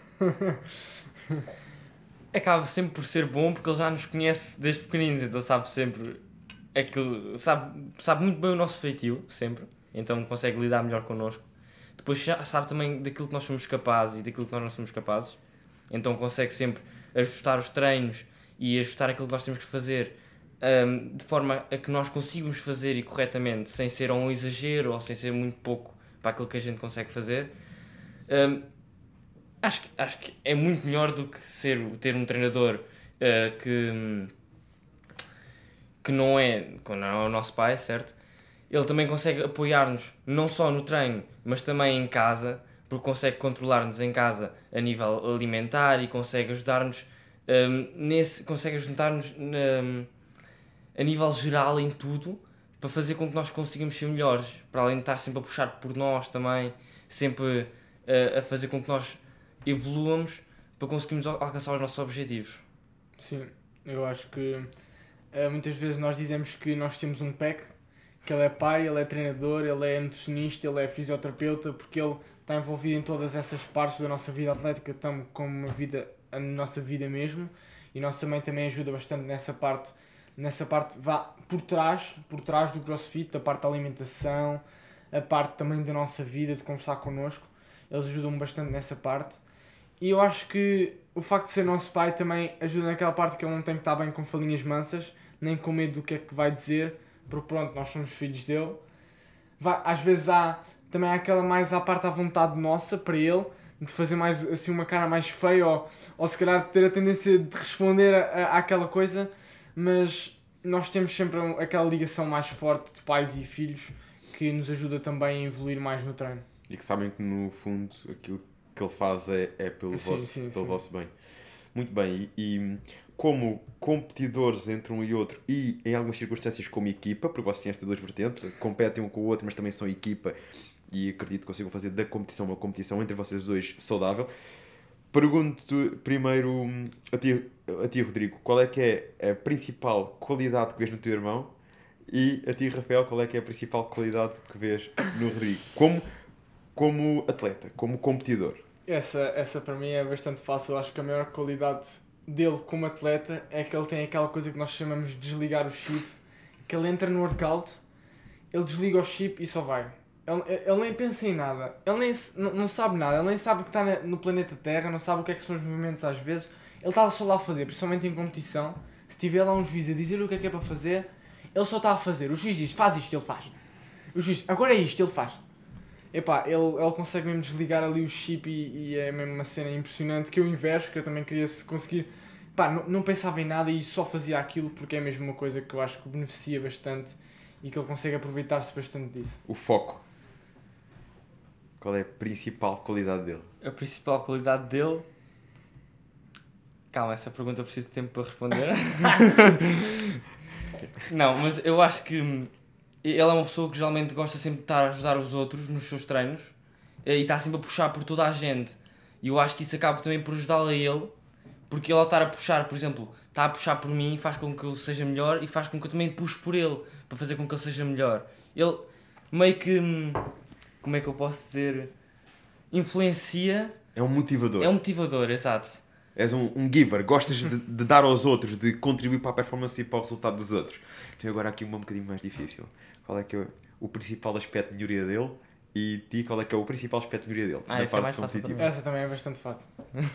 Acaba sempre por ser bom porque ele já nos conhece desde pequeninos, então sabe sempre aquilo, sabe muito bem o nosso feitio, sempre, então consegue lidar melhor connosco. Depois já sabe também daquilo que nós somos capazes e daquilo que nós não somos capazes, então consegue sempre ajustar os treinos e ajustar aquilo que nós temos que fazer de forma a que nós consigamos fazer e corretamente, sem ser um exagero ou sem ser muito pouco para aquilo que a gente consegue fazer. Acho que é muito melhor do que ter um treinador que não é o nosso pai, certo? Ele também consegue apoiar-nos não só no treino, mas também em casa, porque consegue controlar-nos em casa a nível alimentar e consegue ajudar-nos a nível geral em tudo, para fazer com que nós consigamos ser melhores, para além de estar sempre a puxar por nós também, sempre a fazer com que nós evoluamos para conseguirmos alcançar os nossos objetivos. Sim, eu acho que muitas vezes nós dizemos que nós temos um pack, que ele é pai, ele é treinador, ele é nutricionista, ele é fisioterapeuta, porque ele está envolvido em todas essas partes da nossa vida atlética, tanto como a nossa vida mesmo, e nós também ajuda bastante nessa parte por trás do CrossFit, a parte da alimentação, a parte também da nossa vida, de conversar connosco. Eles ajudam-me bastante nessa parte. E eu acho que o facto de ser nosso pai também ajuda naquela parte que ele não tem que estar bem com falinhas mansas, nem com medo do que é que vai dizer, porque pronto, nós somos filhos dele. às vezes também há aquela mais à parte à vontade nossa para ele, de fazer mais assim uma cara mais feia ou se calhar ter a tendência de responder àquela coisa, mas nós temos sempre aquela ligação mais forte de pais e filhos que nos ajuda também a evoluir mais no treino. E que sabem que no fundo aquilo que ele faz é pelo vosso bem. Muito bem, e como competidores entre um e outro e em algumas circunstâncias como equipa, porque vocês têm estas duas vertentes, competem um com o outro mas também são equipa e acredito que consigam fazer da competição uma competição entre vocês dois saudável. Pergunto primeiro a ti Rodrigo, qual é que é a principal qualidade que vês no teu irmão, e a ti Rafael, qual é que é a principal qualidade que vês no Rodrigo como atleta, como competidor? Essa para mim é bastante fácil. Eu acho que a maior qualidade dele como atleta é que ele tem aquela coisa que nós chamamos de desligar o chip, que ele entra no workout, ele desliga o chip e só vai. Ele nem pensa em nada, ele nem não sabe nada, ele nem sabe o que está no planeta Terra, não sabe o que é que são os movimentos às vezes, ele está só lá a fazer, principalmente em competição. Se tiver lá um juiz a dizer-lhe o que é para fazer, ele só está a fazer. O juiz diz, faz isto, ele faz. O juiz, agora é isto, ele faz. Epá, ele consegue mesmo desligar ali o chip e é mesmo uma cena impressionante que eu invejo, que eu também queria conseguir. Epá, não pensava em nada e só fazia aquilo porque é mesmo uma coisa que eu acho que o beneficia bastante e que ele consegue aproveitar-se bastante disso. O foco. Qual é a principal qualidade dele? A principal qualidade dele... Calma, essa pergunta eu preciso de tempo para responder. Não, mas eu acho que ele é uma pessoa que geralmente gosta sempre de estar a ajudar os outros nos seus treinos e está sempre a puxar por toda a gente. E eu acho que isso acaba também por ajudá-lo a ele, porque ele ao estar a puxar, por exemplo, está a puxar por mim, faz com que eu seja melhor e faz com que eu também puxe por ele, para fazer com que ele seja melhor. Ele meio que... Como é que eu posso dizer? Influencia... É um motivador. É um motivador, exato. És um giver, gostas de dar aos outros, de contribuir para a performance e para o resultado dos outros. Então agora aqui uma bocadinho mais difícil. Qual é que é o principal aspecto de melhoria dele? E ti, qual é que é o principal aspecto de melhoria dele? Essa é mais fácil para mim. Essa também é bastante fácil.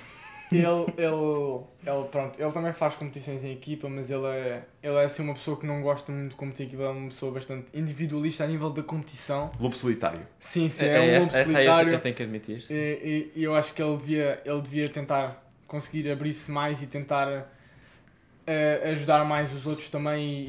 Ele também faz competições em equipa, mas ele é assim uma pessoa que não gosta muito de competir em equipa, é uma pessoa bastante individualista a nível da competição. Lobo solitário. Sim, é um lobo solitário. Eu tenho que admitir. E eu acho que ele devia tentar conseguir abrir-se mais e tentar ajudar mais os outros também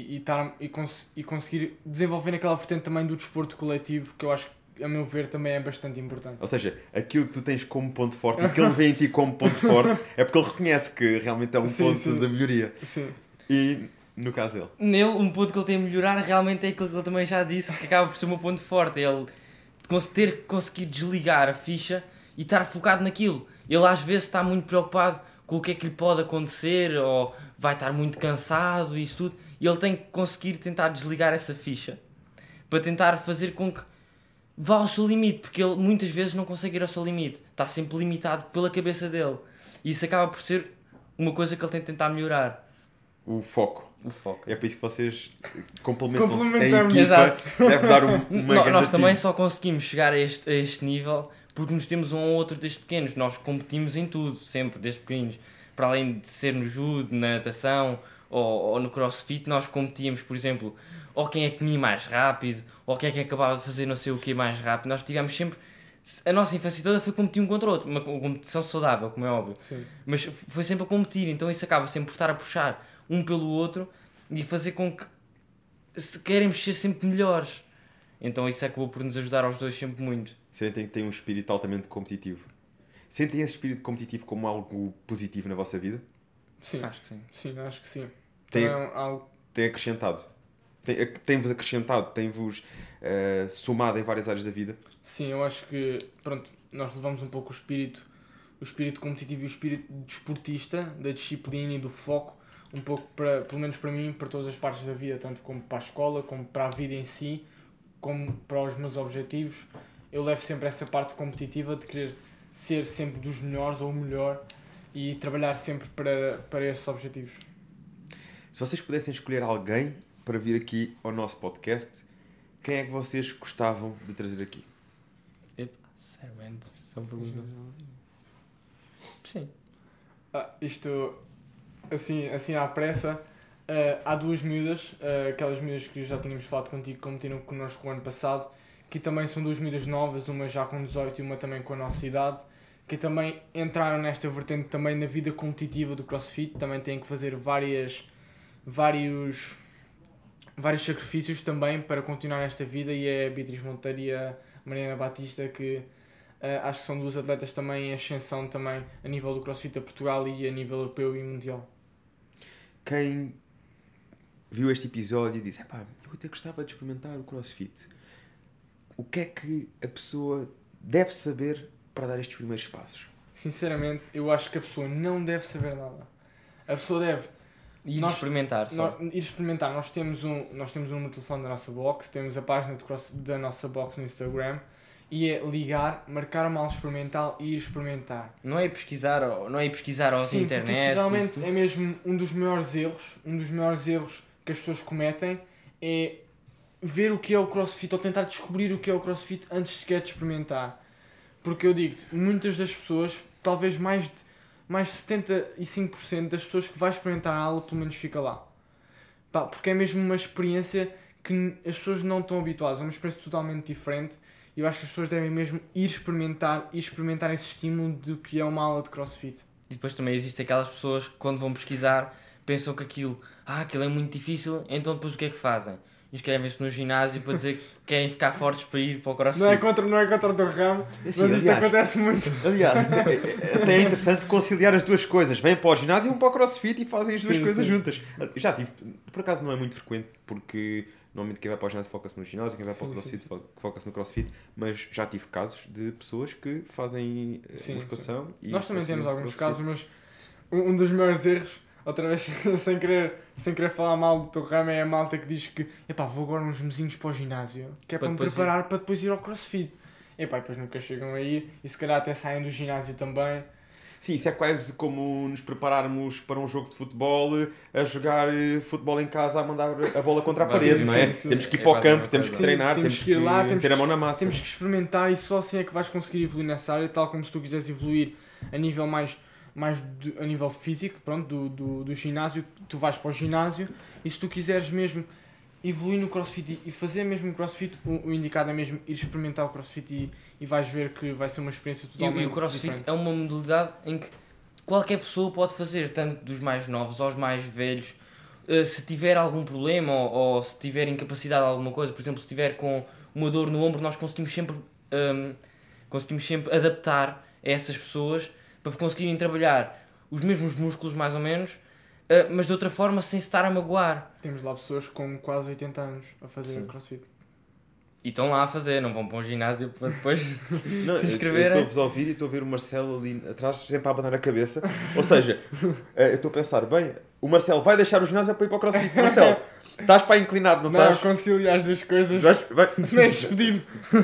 e conseguir desenvolver aquela vertente também do desporto coletivo, que eu acho que, a meu ver, também é bastante importante. Ou seja, aquilo que tu tens como ponto forte e que ele vê em ti como ponto forte é porque ele reconhece que realmente é um ponto de melhoria. Sim. E no caso dele? Nele, um ponto que ele tem a melhorar realmente é aquilo que ele também já disse, que acaba por ser o meu ponto forte. Ele conseguir desligar a ficha e estar focado naquilo. Ele às vezes está muito preocupado com o que é que lhe pode acontecer ou vai estar muito cansado e isso tudo. E ele tem que conseguir tentar desligar essa ficha para tentar fazer com que vá ao seu limite, porque ele muitas vezes não consegue ir ao seu limite. Está sempre limitado pela cabeça dele. E isso acaba por ser uma coisa que ele tem de tentar melhorar. O foco. O foco. É por isso que vocês complementam-se em equipa. Exato. Deve dar uma grande Nós também só conseguimos chegar a este nível porque nos temos um ou outro desde pequenos. Nós competimos em tudo, sempre, desde pequenos. Para além de ser no judo, na natação ou no crossfit, nós competíamos, por exemplo, ou quem é que comia mais rápido, ou quem é que acabava de fazer não sei o que mais rápido. Nós tivemos sempre... A nossa infância toda foi competir um contra o outro. Uma competição saudável, como é óbvio. Sim. Mas foi sempre a competir, então isso acaba sempre por estar a puxar um pelo outro e fazer com que queremos ser sempre melhores. Então isso acabou por nos ajudar aos dois sempre muito. Sentem que têm um espírito altamente competitivo. Sentem esse espírito competitivo como algo positivo na vossa vida? Sim. Acho que sim. Sim, acho que sim. Tem acrescentado? Tem-vos acrescentado? Tem-vos somado em várias áreas da vida? Sim, eu acho que, pronto, nós levamos um pouco o espírito competitivo e o espírito desportista, da disciplina e do foco, um pouco, pelo menos para mim, para todas as partes da vida, tanto como para a escola, como para a vida em si, como para os meus objetivos. Eu levo sempre essa parte competitiva de querer ser sempre dos melhores ou o melhor e trabalhar sempre para esses objetivos. Se vocês pudessem escolher alguém para vir aqui ao nosso podcast, quem é que vocês gostavam de trazer aqui? Sinceramente, são perguntas. Sim. Isto, assim à pressa, há duas miúdas, aquelas miúdas que já tínhamos falado contigo, que competiram connosco o ano passado, que também são duas miúdas novas, uma já com 18 e uma também com a nossa idade, que também entraram nesta vertente também na vida competitiva do CrossFit, também têm que fazer vários sacrifícios também para continuar nesta vida, e é a Beatriz Monteiro e a Mariana Batista, que acho que são duas atletas também em ascensão também a nível do CrossFit a Portugal e a nível europeu e mundial. Quem viu este episódio e disse, eu até gostava de experimentar o CrossFit, o que é que a pessoa deve saber para dar estes primeiros passos? Sinceramente, eu acho que a pessoa não deve saber nada. A pessoa deve experimentar só. Ir experimentar. Nós temos um número de telefone da nossa box, temos a página da nossa box no Instagram, e é ligar, marcar uma aula experimental e ir experimentar. Não é pesquisar aos internet. Sim, realmente é mesmo um dos maiores erros que as pessoas cometem, é ver o que é o CrossFit ou tentar descobrir o que é o CrossFit antes sequer de experimentar. Porque eu digo-te, muitas das pessoas, talvez mais de 75% das pessoas que vai experimentar a aula pelo menos fica lá. Porque é mesmo uma experiência que as pessoas não estão habituadas, é uma experiência totalmente diferente, e eu acho que as pessoas devem mesmo ir experimentar esse estímulo do que é uma aula de CrossFit. E depois também existem aquelas pessoas que quando vão pesquisar pensam que aquilo é muito difícil, então depois o que é que fazem? Inscrevem-se no ginásio para dizer que querem ficar fortes para ir para o CrossFit. Não é contra o teu ramo, mas isto acontece muito. Aliás, até é interessante conciliar as duas coisas. Vêm para o ginásio e vão para o CrossFit e fazem as duas coisas juntas. Já tive, por acaso não é muito frequente, porque normalmente quem vai para o ginásio foca-se no ginásio, quem vai para o CrossFit foca-se no CrossFit, mas já tive casos de pessoas que fazem musculação. E nós também temos alguns casos, mas um dos maiores erros, outra vez sem querer falar mal do teu ramo, é a malta que diz que vou agora uns mesinhos para o ginásio, que é para me preparar para depois ir ao CrossFit. E depois nunca chegam a ir, e se calhar até saem do ginásio também. Sim, isso é quase como nos prepararmos para um jogo de futebol, a jogar futebol em casa, a mandar a bola contra a parede, não é? Sim. Temos que ir para o campo, temos que treinar, temos que ir lá, ter a mão na massa. Temos que experimentar, e só assim é que vais conseguir evoluir nessa área, tal como se tu quiseres evoluir a nível a nível físico, do ginásio, tu vais para o ginásio, e se tu quiseres mesmo evoluir no CrossFit e fazer mesmo o CrossFit, o indicado é mesmo ir experimentar o CrossFit e vais ver que vai ser uma experiência totalmente diferente. E o CrossFit diferente. É uma modalidade em que qualquer pessoa pode fazer, tanto dos mais novos aos mais velhos. Se tiver algum problema ou se tiver incapacidade de alguma coisa, por exemplo, se tiver com uma dor no ombro, nós conseguimos sempre adaptar a essas pessoas para conseguirem trabalhar os mesmos músculos, mais ou menos, mas de outra forma, sem se estar a magoar. Temos lá pessoas com quase 80 anos a fazer CrossFit. E estão lá a fazer, não vão para um ginásio para depois se inscreverem. Estou-vos a ouvir e estou a ver o Marcelo ali atrás, sempre a abanar a cabeça. Ou seja, eu estou a pensar, o Marcelo vai deixar o ginásio para ir para o CrossFit. Marcelo, estás para inclinado, não estás? Não, conciliar as duas coisas. Se não és despedido.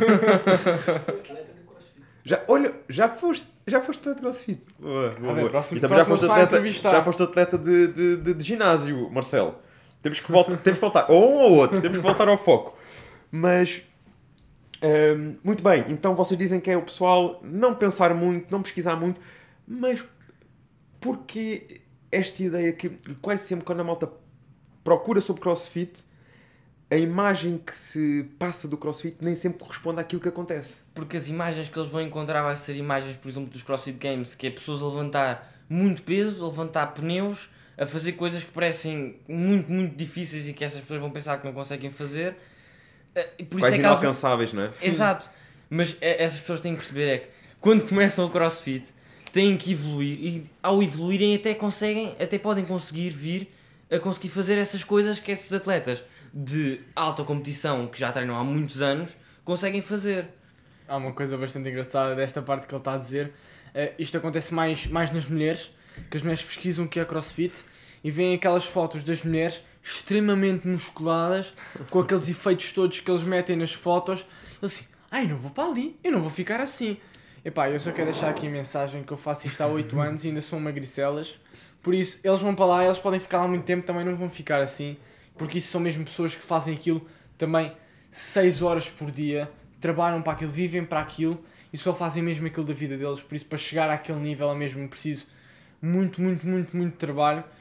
Já foste atleta de CrossFit. Boa. E também já foste atleta de ginásio, Marcelo. Temos que voltar. Ou um ou outro. Temos que voltar ao foco. Mas, muito bem. Então vocês dizem que é o pessoal não pensar muito, não pesquisar muito. Mas porquê esta ideia que quase sempre quando a malta procura sobre CrossFit, a imagem que se passa do CrossFit nem sempre corresponde àquilo que acontece? Porque as imagens que eles vão encontrar vai ser imagens, por exemplo, dos CrossFit Games, que é pessoas a levantar muito peso, a levantar pneus, a fazer coisas que parecem muito, muito difíceis e que essas pessoas vão pensar que não conseguem fazer. Por quase isso inalcançáveis, não é? Exato. Mas essas pessoas têm que perceber é que quando começam o CrossFit têm que evoluir, e ao evoluírem até podem conseguir vir a conseguir fazer essas coisas que esses atletas de alta competição que já treinam há muitos anos conseguem fazer. Há uma coisa bastante engraçada desta parte que ele está a dizer. Isto acontece mais nas mulheres, que as mulheres pesquisam o que é CrossFit e veem aquelas fotos das mulheres extremamente musculadas, com aqueles efeitos todos que eles metem nas fotos, e assim, não vou para ali, eu não vou ficar assim. Eu só quero deixar aqui a mensagem que eu faço isto há 8 anos e ainda são magricelas, por isso eles vão para lá, eles podem ficar lá muito tempo, também não vão ficar assim, porque isso são mesmo pessoas que fazem aquilo também 6 horas por dia, trabalham para aquilo, vivem para aquilo e só fazem mesmo aquilo da vida deles. Por isso, para chegar àquele nível é mesmo preciso muito, muito, muito, muito trabalho,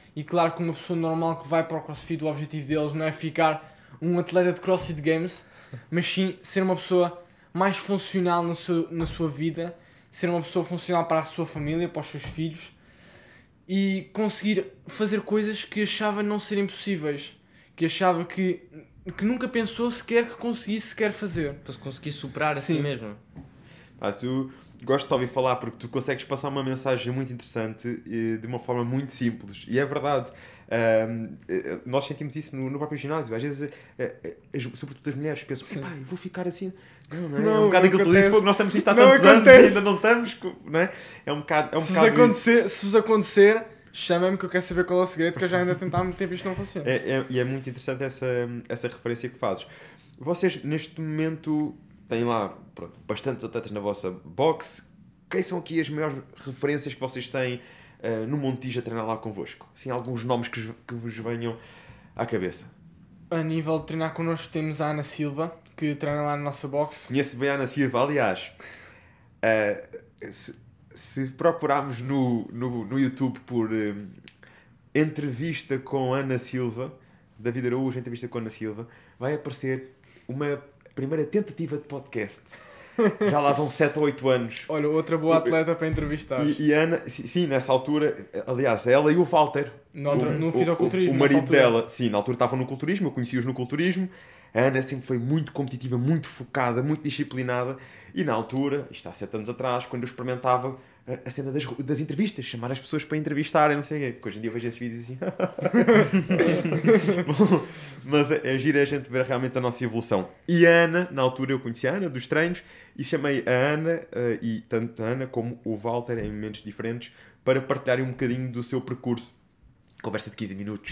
E claro que uma pessoa normal que vai para o CrossFit, o objetivo deles não é ficar um atleta de CrossFit Games, mas sim ser uma pessoa mais funcional na sua vida, ser uma pessoa funcional para a sua família, para os seus filhos e conseguir fazer coisas que achava não serem possíveis, que achava que nunca pensou sequer que conseguisse sequer fazer. Para se conseguir superar a si mesmo. Tu gosto de ouvir falar porque tu consegues passar uma mensagem muito interessante de uma forma muito simples. E é verdade. Nós sentimos isso no próprio ginásio. Às vezes, sobretudo as mulheres, pensam, eu vou ficar assim. Não, é um bocado aquilo que tu disse, nós estamos nisto há tantos anos e ainda não estamos. Não é? É um bocado se vos acontecer, chama-me que eu quero saber qual é o segredo, que eu já ainda tentei há muito tempo e isto não funciona. E é muito interessante essa referência que fazes. Vocês, neste momento, têm lá bastantes atletas na vossa box. Quem são aqui as maiores referências que vocês têm no Montijo a treinar lá convosco? Assim, alguns nomes que vos venham à cabeça. A nível de treinar connosco temos a Ana Silva, que treina lá na nossa box. Conheço bem a Ana Silva, aliás. Se procurarmos no YouTube por entrevista com Ana Silva, David Araújo, entrevista com Ana Silva, vai aparecer uma primeira tentativa de podcast. Já lá vão 7 ou 8 anos. Olha, outra boa atleta para entrevistar. E a Ana, sim, nessa altura, aliás, ela e o Walter, no fisiculturismo, o marido dela, sim, na altura estavam no culturismo, eu conheci-os no culturismo. A Ana sempre foi muito competitiva, muito focada, muito disciplinada. E na altura, isto há 7 anos atrás, quando eu experimentava a cena das entrevistas, chamar as pessoas para entrevistarem, não sei o quê. Hoje em dia vejo esses vídeos assim. Bom, mas é giro a gente ver realmente a nossa evolução. E a Ana, na altura eu conheci a Ana dos treinos e chamei a Ana, e tanto a Ana como o Walter, em momentos diferentes, para partilharem um bocadinho do seu percurso. Conversa de 15 minutos.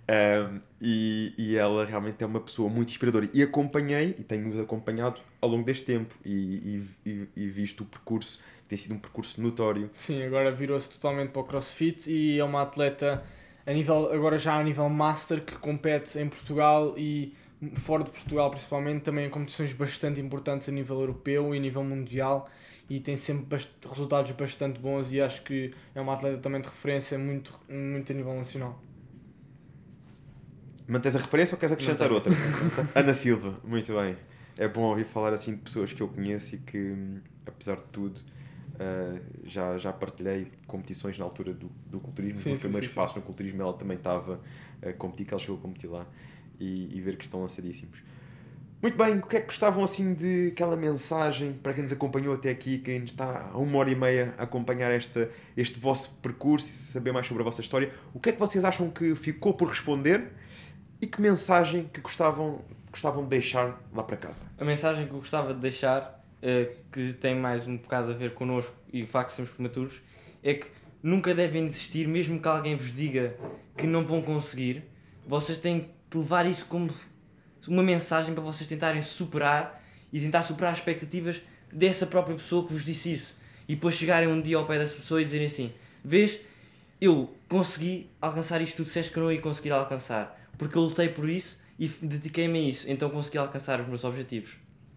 E ela realmente é uma pessoa muito inspiradora. E acompanhei, e tenho-os acompanhado ao longo deste tempo e visto o percurso. Tem sido um percurso notório. Sim, agora virou-se totalmente para o CrossFit e é uma atleta agora já a nível master que compete em Portugal e fora de Portugal principalmente, também em competições bastante importantes a nível europeu e a nível mundial e tem sempre resultados bastante bons e acho que é uma atleta também de referência muito, muito a nível nacional. Mantens a referência ou queres acrescentar outra? Ana Silva, muito bem. É bom ouvir falar assim de pessoas que eu conheço e que, apesar de tudo, já partilhei competições na altura do culturismo. Sim, no primeiro espaço no culturismo ela também estava a competir, que ela chegou a competir lá e ver que estão lançadíssimos. Muito bem, o que é que gostavam assim de aquela mensagem para quem nos acompanhou até aqui, quem está há 1h30 a acompanhar este vosso percurso e saber mais sobre a vossa história? O que é que vocês acham que ficou por responder e que mensagem que gostavam de deixar lá para casa? A mensagem que eu gostava de deixar, que tem mais um bocado a ver connosco e o facto de sermos prematuros, é que nunca devem desistir, mesmo que alguém vos diga que não vão conseguir. Vocês têm de levar isso como uma mensagem para vocês tentarem superar e tentar superar as expectativas dessa própria pessoa que vos disse isso. E depois chegarem um dia ao pé dessa pessoa e dizerem assim: vês, eu consegui alcançar isto que tu disseste que eu não ia conseguir alcançar, porque eu lutei por isso e dediquei-me a isso, então consegui alcançar os meus objetivos.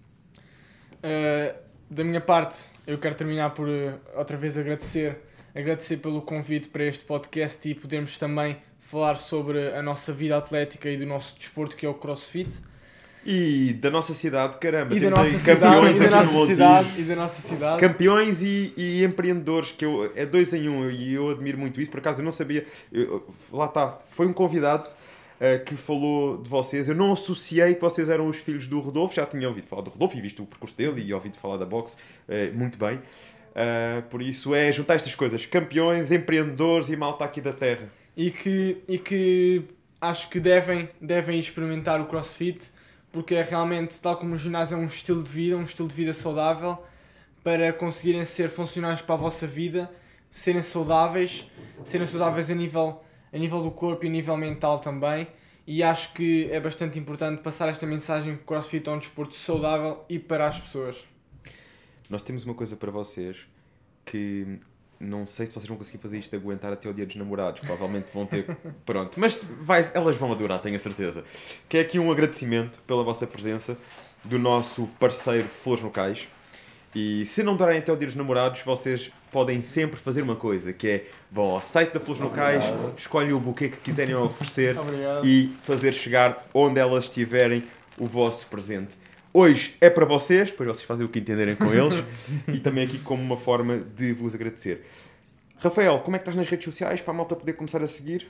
Da minha parte, eu quero terminar por outra vez agradecer pelo convite para este podcast e podermos também falar sobre a nossa vida atlética e do nosso desporto, que é o CrossFit. E da nossa cidade, caramba, e temos aí campeões aqui no Montijo. E da nossa cidade. Campeões e empreendedores, que é 2 em 1, e eu admiro muito isso. Por acaso eu não sabia, lá está, foi um convidado que falou de vocês. Eu não associei que vocês eram os filhos do Rodolfo, já tinha ouvido falar do Rodolfo e visto o percurso dele e ouvido falar da boxe muito bem. Por isso é juntar estas coisas, campeões, empreendedores e malta aqui da terra. E que acho que devem experimentar o CrossFit, porque é realmente, tal como o ginásio, é um estilo de vida saudável, para conseguirem ser funcionais para a vossa vida, serem saudáveis a nível do corpo e a nível mental também. E acho que é bastante importante passar esta mensagem que o CrossFit é um desporto saudável e para as pessoas. Nós temos uma coisa para vocês que não sei se vocês vão conseguir fazer isto de aguentar até o dia dos namorados. Provavelmente vão ter... Pronto. Mas elas vão adorar, tenho a certeza. Que é aqui um agradecimento pela vossa presença do nosso parceiro Flores no Cais. E se não durarem até o dia dos namorados, vocês podem sempre fazer uma coisa, que é vão ao site da Flores Locais, escolhem o buquê que quiserem oferecer e fazer chegar onde elas estiverem o vosso presente. Hoje é para vocês, depois vocês fazem o que entenderem com eles e também aqui como uma forma de vos agradecer. Rafael, como é que estás nas redes sociais para a malta poder começar a seguir?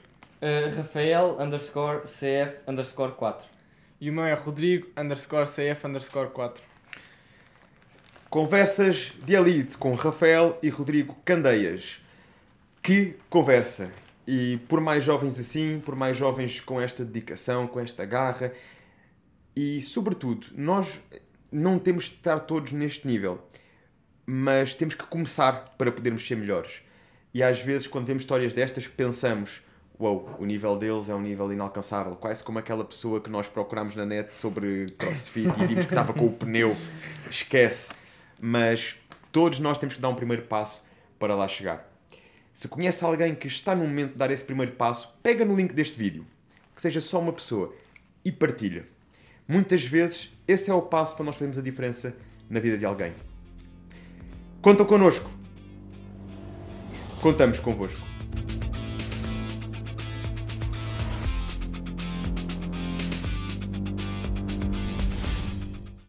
Rafael_CF_4. E o meu é Rodrigo_CF_4. Conversas de Elite com Rafael e Rodrigo Candeias. Que conversa! E por mais jovens assim, por mais jovens com esta dedicação, com esta garra, e sobretudo, nós não temos de estar todos neste nível, mas temos que começar para podermos ser melhores. E às vezes, quando vemos histórias destas, pensamos: uau, o nível deles é um nível inalcançável, quase como aquela pessoa que nós procurámos na net sobre CrossFit e vimos que estava com o pneu. Esquece. Mas todos nós temos que dar um primeiro passo para lá chegar. Se conhece alguém que está no momento de dar esse primeiro passo, pega no link deste vídeo, que seja só uma pessoa, e partilha. Muitas vezes, esse é o passo para nós fazermos a diferença na vida de alguém. Contam connosco. Contamos convosco.